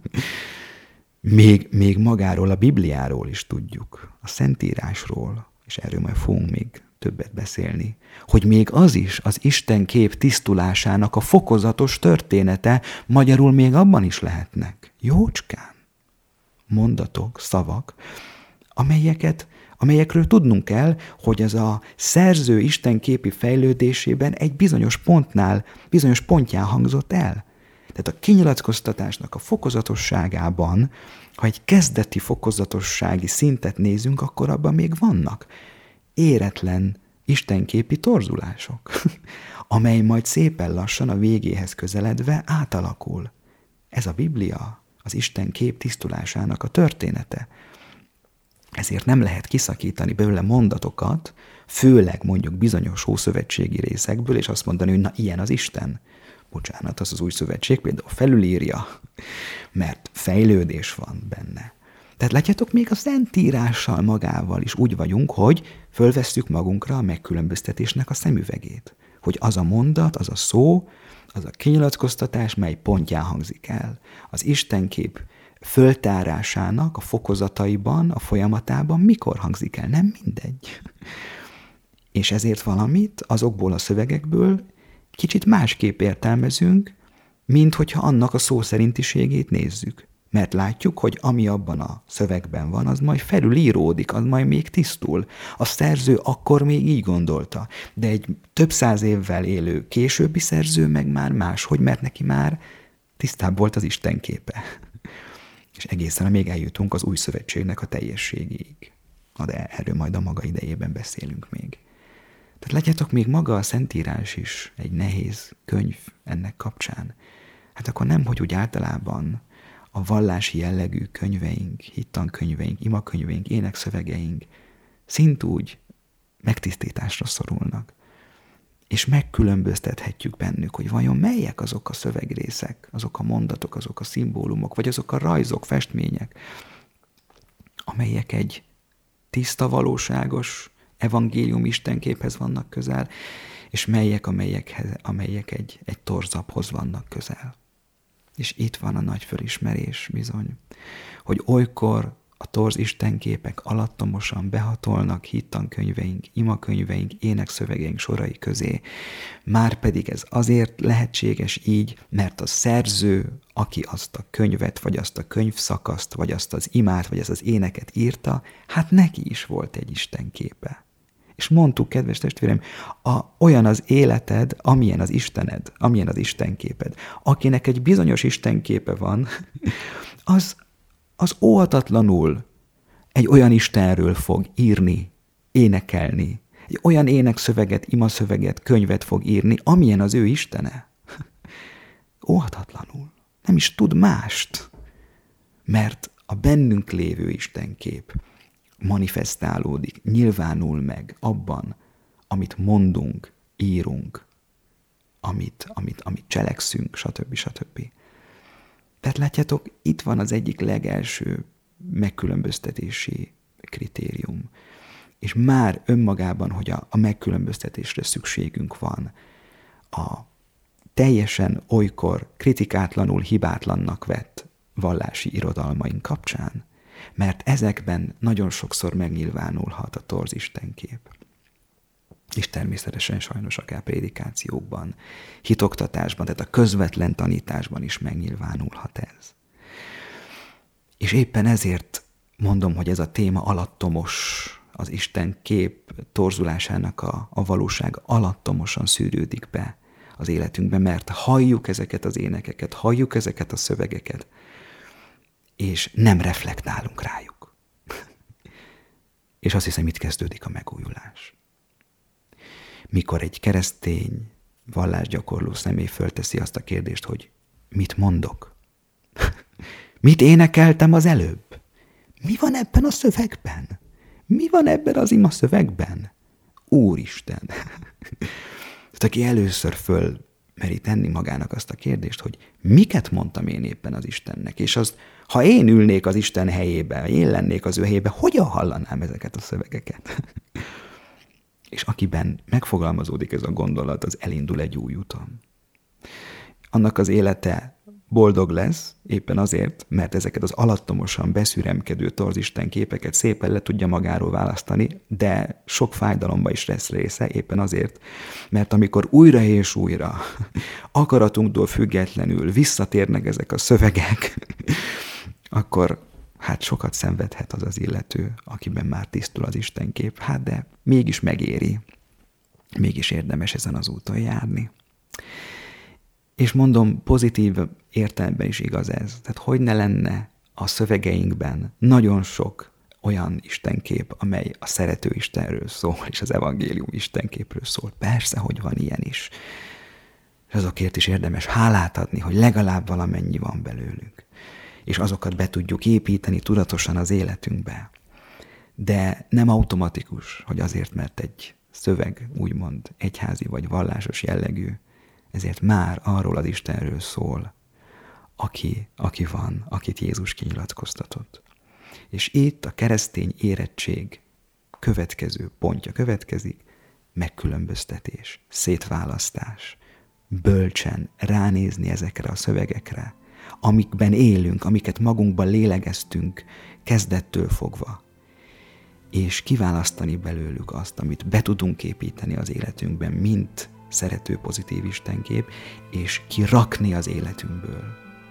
még, még magáról a Bibliáról is tudjuk, a Szentírásról, és erről majd fogunk még többet beszélni, hogy még az is az Isten kép tisztulásának a fokozatos története, magyarul még abban is lehetnek jócskán mondatok, szavak, amelyeket, amelyekről tudnunk kell, hogy az a szerző Isten képi fejlődésében egy bizonyos pontnál, bizonyos pontján hangzott el. Tehát a kinyilatkoztatásnak a fokozatosságában, ha egy kezdeti fokozatossági szintet nézünk, akkor abban még vannak éretlen istenképi torzulások, amely majd szépen lassan a végéhez közeledve átalakul. Ez a Biblia, az istenkép tisztulásának a története. Ezért nem lehet kiszakítani belőle mondatokat, főleg mondjuk bizonyos ószövetségi részekből, és azt mondani, hogy na, ilyen az Isten. Bocsánat, az az új szövetség például felülírja, mert fejlődés van benne. Tehát látjátok, még a Szentírással magával is úgy vagyunk, hogy fölvesszük magunkra a megkülönböztetésnek a szemüvegét. Hogy az a mondat, az a szó, az a kinyilatkoztatás, mely pontján hangzik el. Az istenkép föltárásának a fokozataiban, a folyamatában mikor hangzik el, nem mindegy. És ezért valamit azokból a szövegekből kicsit másképp értelmezünk, mint hogyha annak a szó szerintiségét nézzük. Mert látjuk, hogy ami abban a szövegben van, az majd felülíródik, az majd még tisztul. A szerző akkor még így gondolta, de egy több száz évvel élő későbbi szerző meg már máshogy, mert neki már tisztább volt az Isten képe. És egészen még eljutunk az új szövetségnek a teljességéig. De erről majd a maga idejében beszélünk még. Tehát látjátok, még maga a Szentírás is egy nehéz könyv ennek kapcsán. Hát akkor nem, hogy úgy általában a vallási jellegű könyveink, hittankönyveink, imakönyveink, énekszövegeink szintúgy megtisztításra szorulnak. És megkülönböztethetjük bennük, hogy vajon melyek azok a szövegrészek, azok a mondatok, azok a szimbólumok, vagy azok a rajzok, festmények, amelyek egy tiszta, valóságos evangélium istenképhez vannak közel, és melyek, amelyekhez, amelyek egy, egy torzaphoz vannak közel. És itt van a nagy fölismerés bizony, hogy olykor a torz istenképek alattomosan behatolnak hittankönyveink, imakönyveink, énekszövegeink sorai közé. Márpedig ez azért lehetséges így, mert a szerző, aki azt a könyvet, vagy azt a könyvszakaszt, vagy azt az imát, vagy azt az éneket írta, hát neki is volt egy istenképe. És mondtuk, kedves testvérem, a, olyan az életed, amilyen az Istened, amilyen az Istenképed. Akinek egy bizonyos Istenképe van, az, az óhatatlanul egy olyan Istenről fog írni, énekelni, egy olyan énekszöveget, imaszöveget, könyvet fog írni, amilyen az ő Istene. Óhatatlanul. Nem is tud mást, mert a bennünk lévő Istenkép manifestálódik, nyilvánul meg abban, amit mondunk, írunk, amit, amit, amit cselekszünk, stb. stb. Tehát látjátok, itt van az egyik legelső megkülönböztetési kritérium. És már önmagában, hogy a, a megkülönböztetésre szükségünk van, a teljesen olykor kritikátlanul hibátlannak vett vallási irodalmaink kapcsán, mert ezekben nagyon sokszor megnyilvánulhat a torz istenkép. És természetesen sajnos akár prédikációkban, hitoktatásban, tehát a közvetlen tanításban is megnyilvánulhat ez. És éppen ezért mondom, hogy ez a téma alattomos, az Isten kép torzulásának a, a valóság alattomosan szűrődik be az életünkbe, mert halljuk ezeket az énekeket, halljuk ezeket a szövegeket, és nem reflektálunk rájuk. És azt hiszem, itt kezdődik a megújulás. Mikor egy keresztény vallásgyakorló személy fölteszi azt a kérdést, hogy mit mondok? Mit énekeltem az előbb? Mi van ebben a szövegben? Mi van ebben az ima szövegben? Úristen! Tehát aki először föl meri tenni magának azt a kérdést, hogy miket mondtam én éppen az Istennek, és azt, ha én ülnék az Isten helyébe, én lennék az ő helyébe, hogyan hallanám ezeket a szövegeket? És akiben megfogalmazódik ez a gondolat, az elindul egy új úton. Annak az élete boldog lesz, éppen azért, mert ezeket az alattomosan beszüremkedő torzisten képeket szépen le tudja magáról választani, de sok fájdalomba is lesz része, éppen azért, mert amikor újra és újra akaratunktól függetlenül visszatérnek ezek a szövegek, akkor hát sokat szenvedhet az az illető, akiben már tisztul az Istenkép, hát de mégis megéri, mégis érdemes ezen az úton járni. És mondom, pozitív értelemben is igaz ez. Tehát hogy ne lenne a szövegeinkben nagyon sok olyan istenkép, amely a szerető Istenről szól, és az evangélium istenképről szól. Persze, hogy van ilyen is. És azokért is érdemes hálát adni, hogy legalább valamennyi van belőlük. És azokat be tudjuk építeni tudatosan az életünkbe. De nem automatikus, hogy azért, mert egy szöveg úgymond egyházi vagy vallásos jellegű, ezért már arról az Istenről szól, aki, aki van, akit Jézus kinyilatkoztatott. És itt a keresztény érettség következő pontja következik, megkülönböztetés, szétválasztás, bölcsen ránézni ezekre a szövegekre, amikben élünk, amiket magunkban lélegeztünk kezdettől fogva, és kiválasztani belőlük azt, amit be tudunk építeni az életünkben, mint szerető pozitív istenkép, és kirakni az életünkből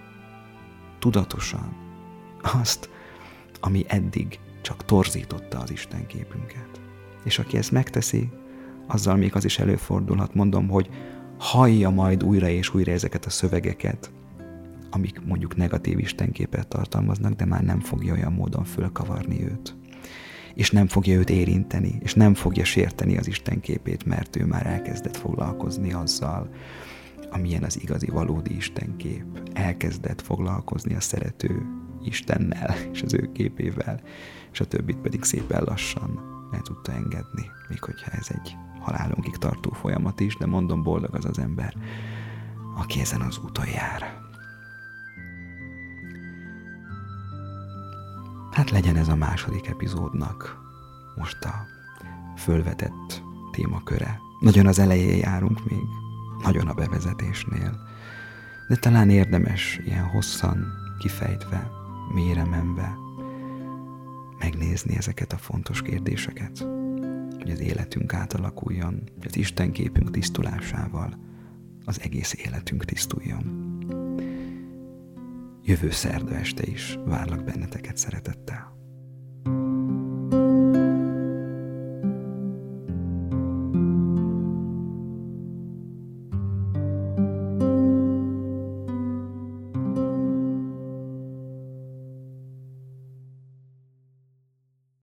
tudatosan azt, ami eddig csak torzította az istenképünket. És aki ezt megteszi, azzal még az is előfordulhat, mondom, hogy hallja majd újra és újra ezeket a szövegeket, amik mondjuk negatív istenképet tartalmaznak, de már nem fogja olyan módon fölkavarni őt. És nem fogja őt érinteni, és nem fogja sérteni az Isten képét, mert ő már elkezdett foglalkozni azzal, amilyen az igazi, valódi istenkép. Elkezdett foglalkozni a szerető Istennel, és az ő képével, és a többit pedig szépen lassan el tudta engedni, még hogyha ez egy halálunkig tartó folyamat is, de mondom, boldog az az ember, aki ezen az úton jár. Hát legyen ez a második epizódnak most a fölvetett témaköre. Nagyon az elején járunk még, nagyon a bevezetésnél, de talán érdemes ilyen hosszan, kifejtve, mélyre menve megnézni ezeket a fontos kérdéseket, hogy az életünk átalakuljon, hogy az Istenképünk tisztulásával az egész életünk tisztuljon. Jövő szerda este is várlak benneteket szeretettel.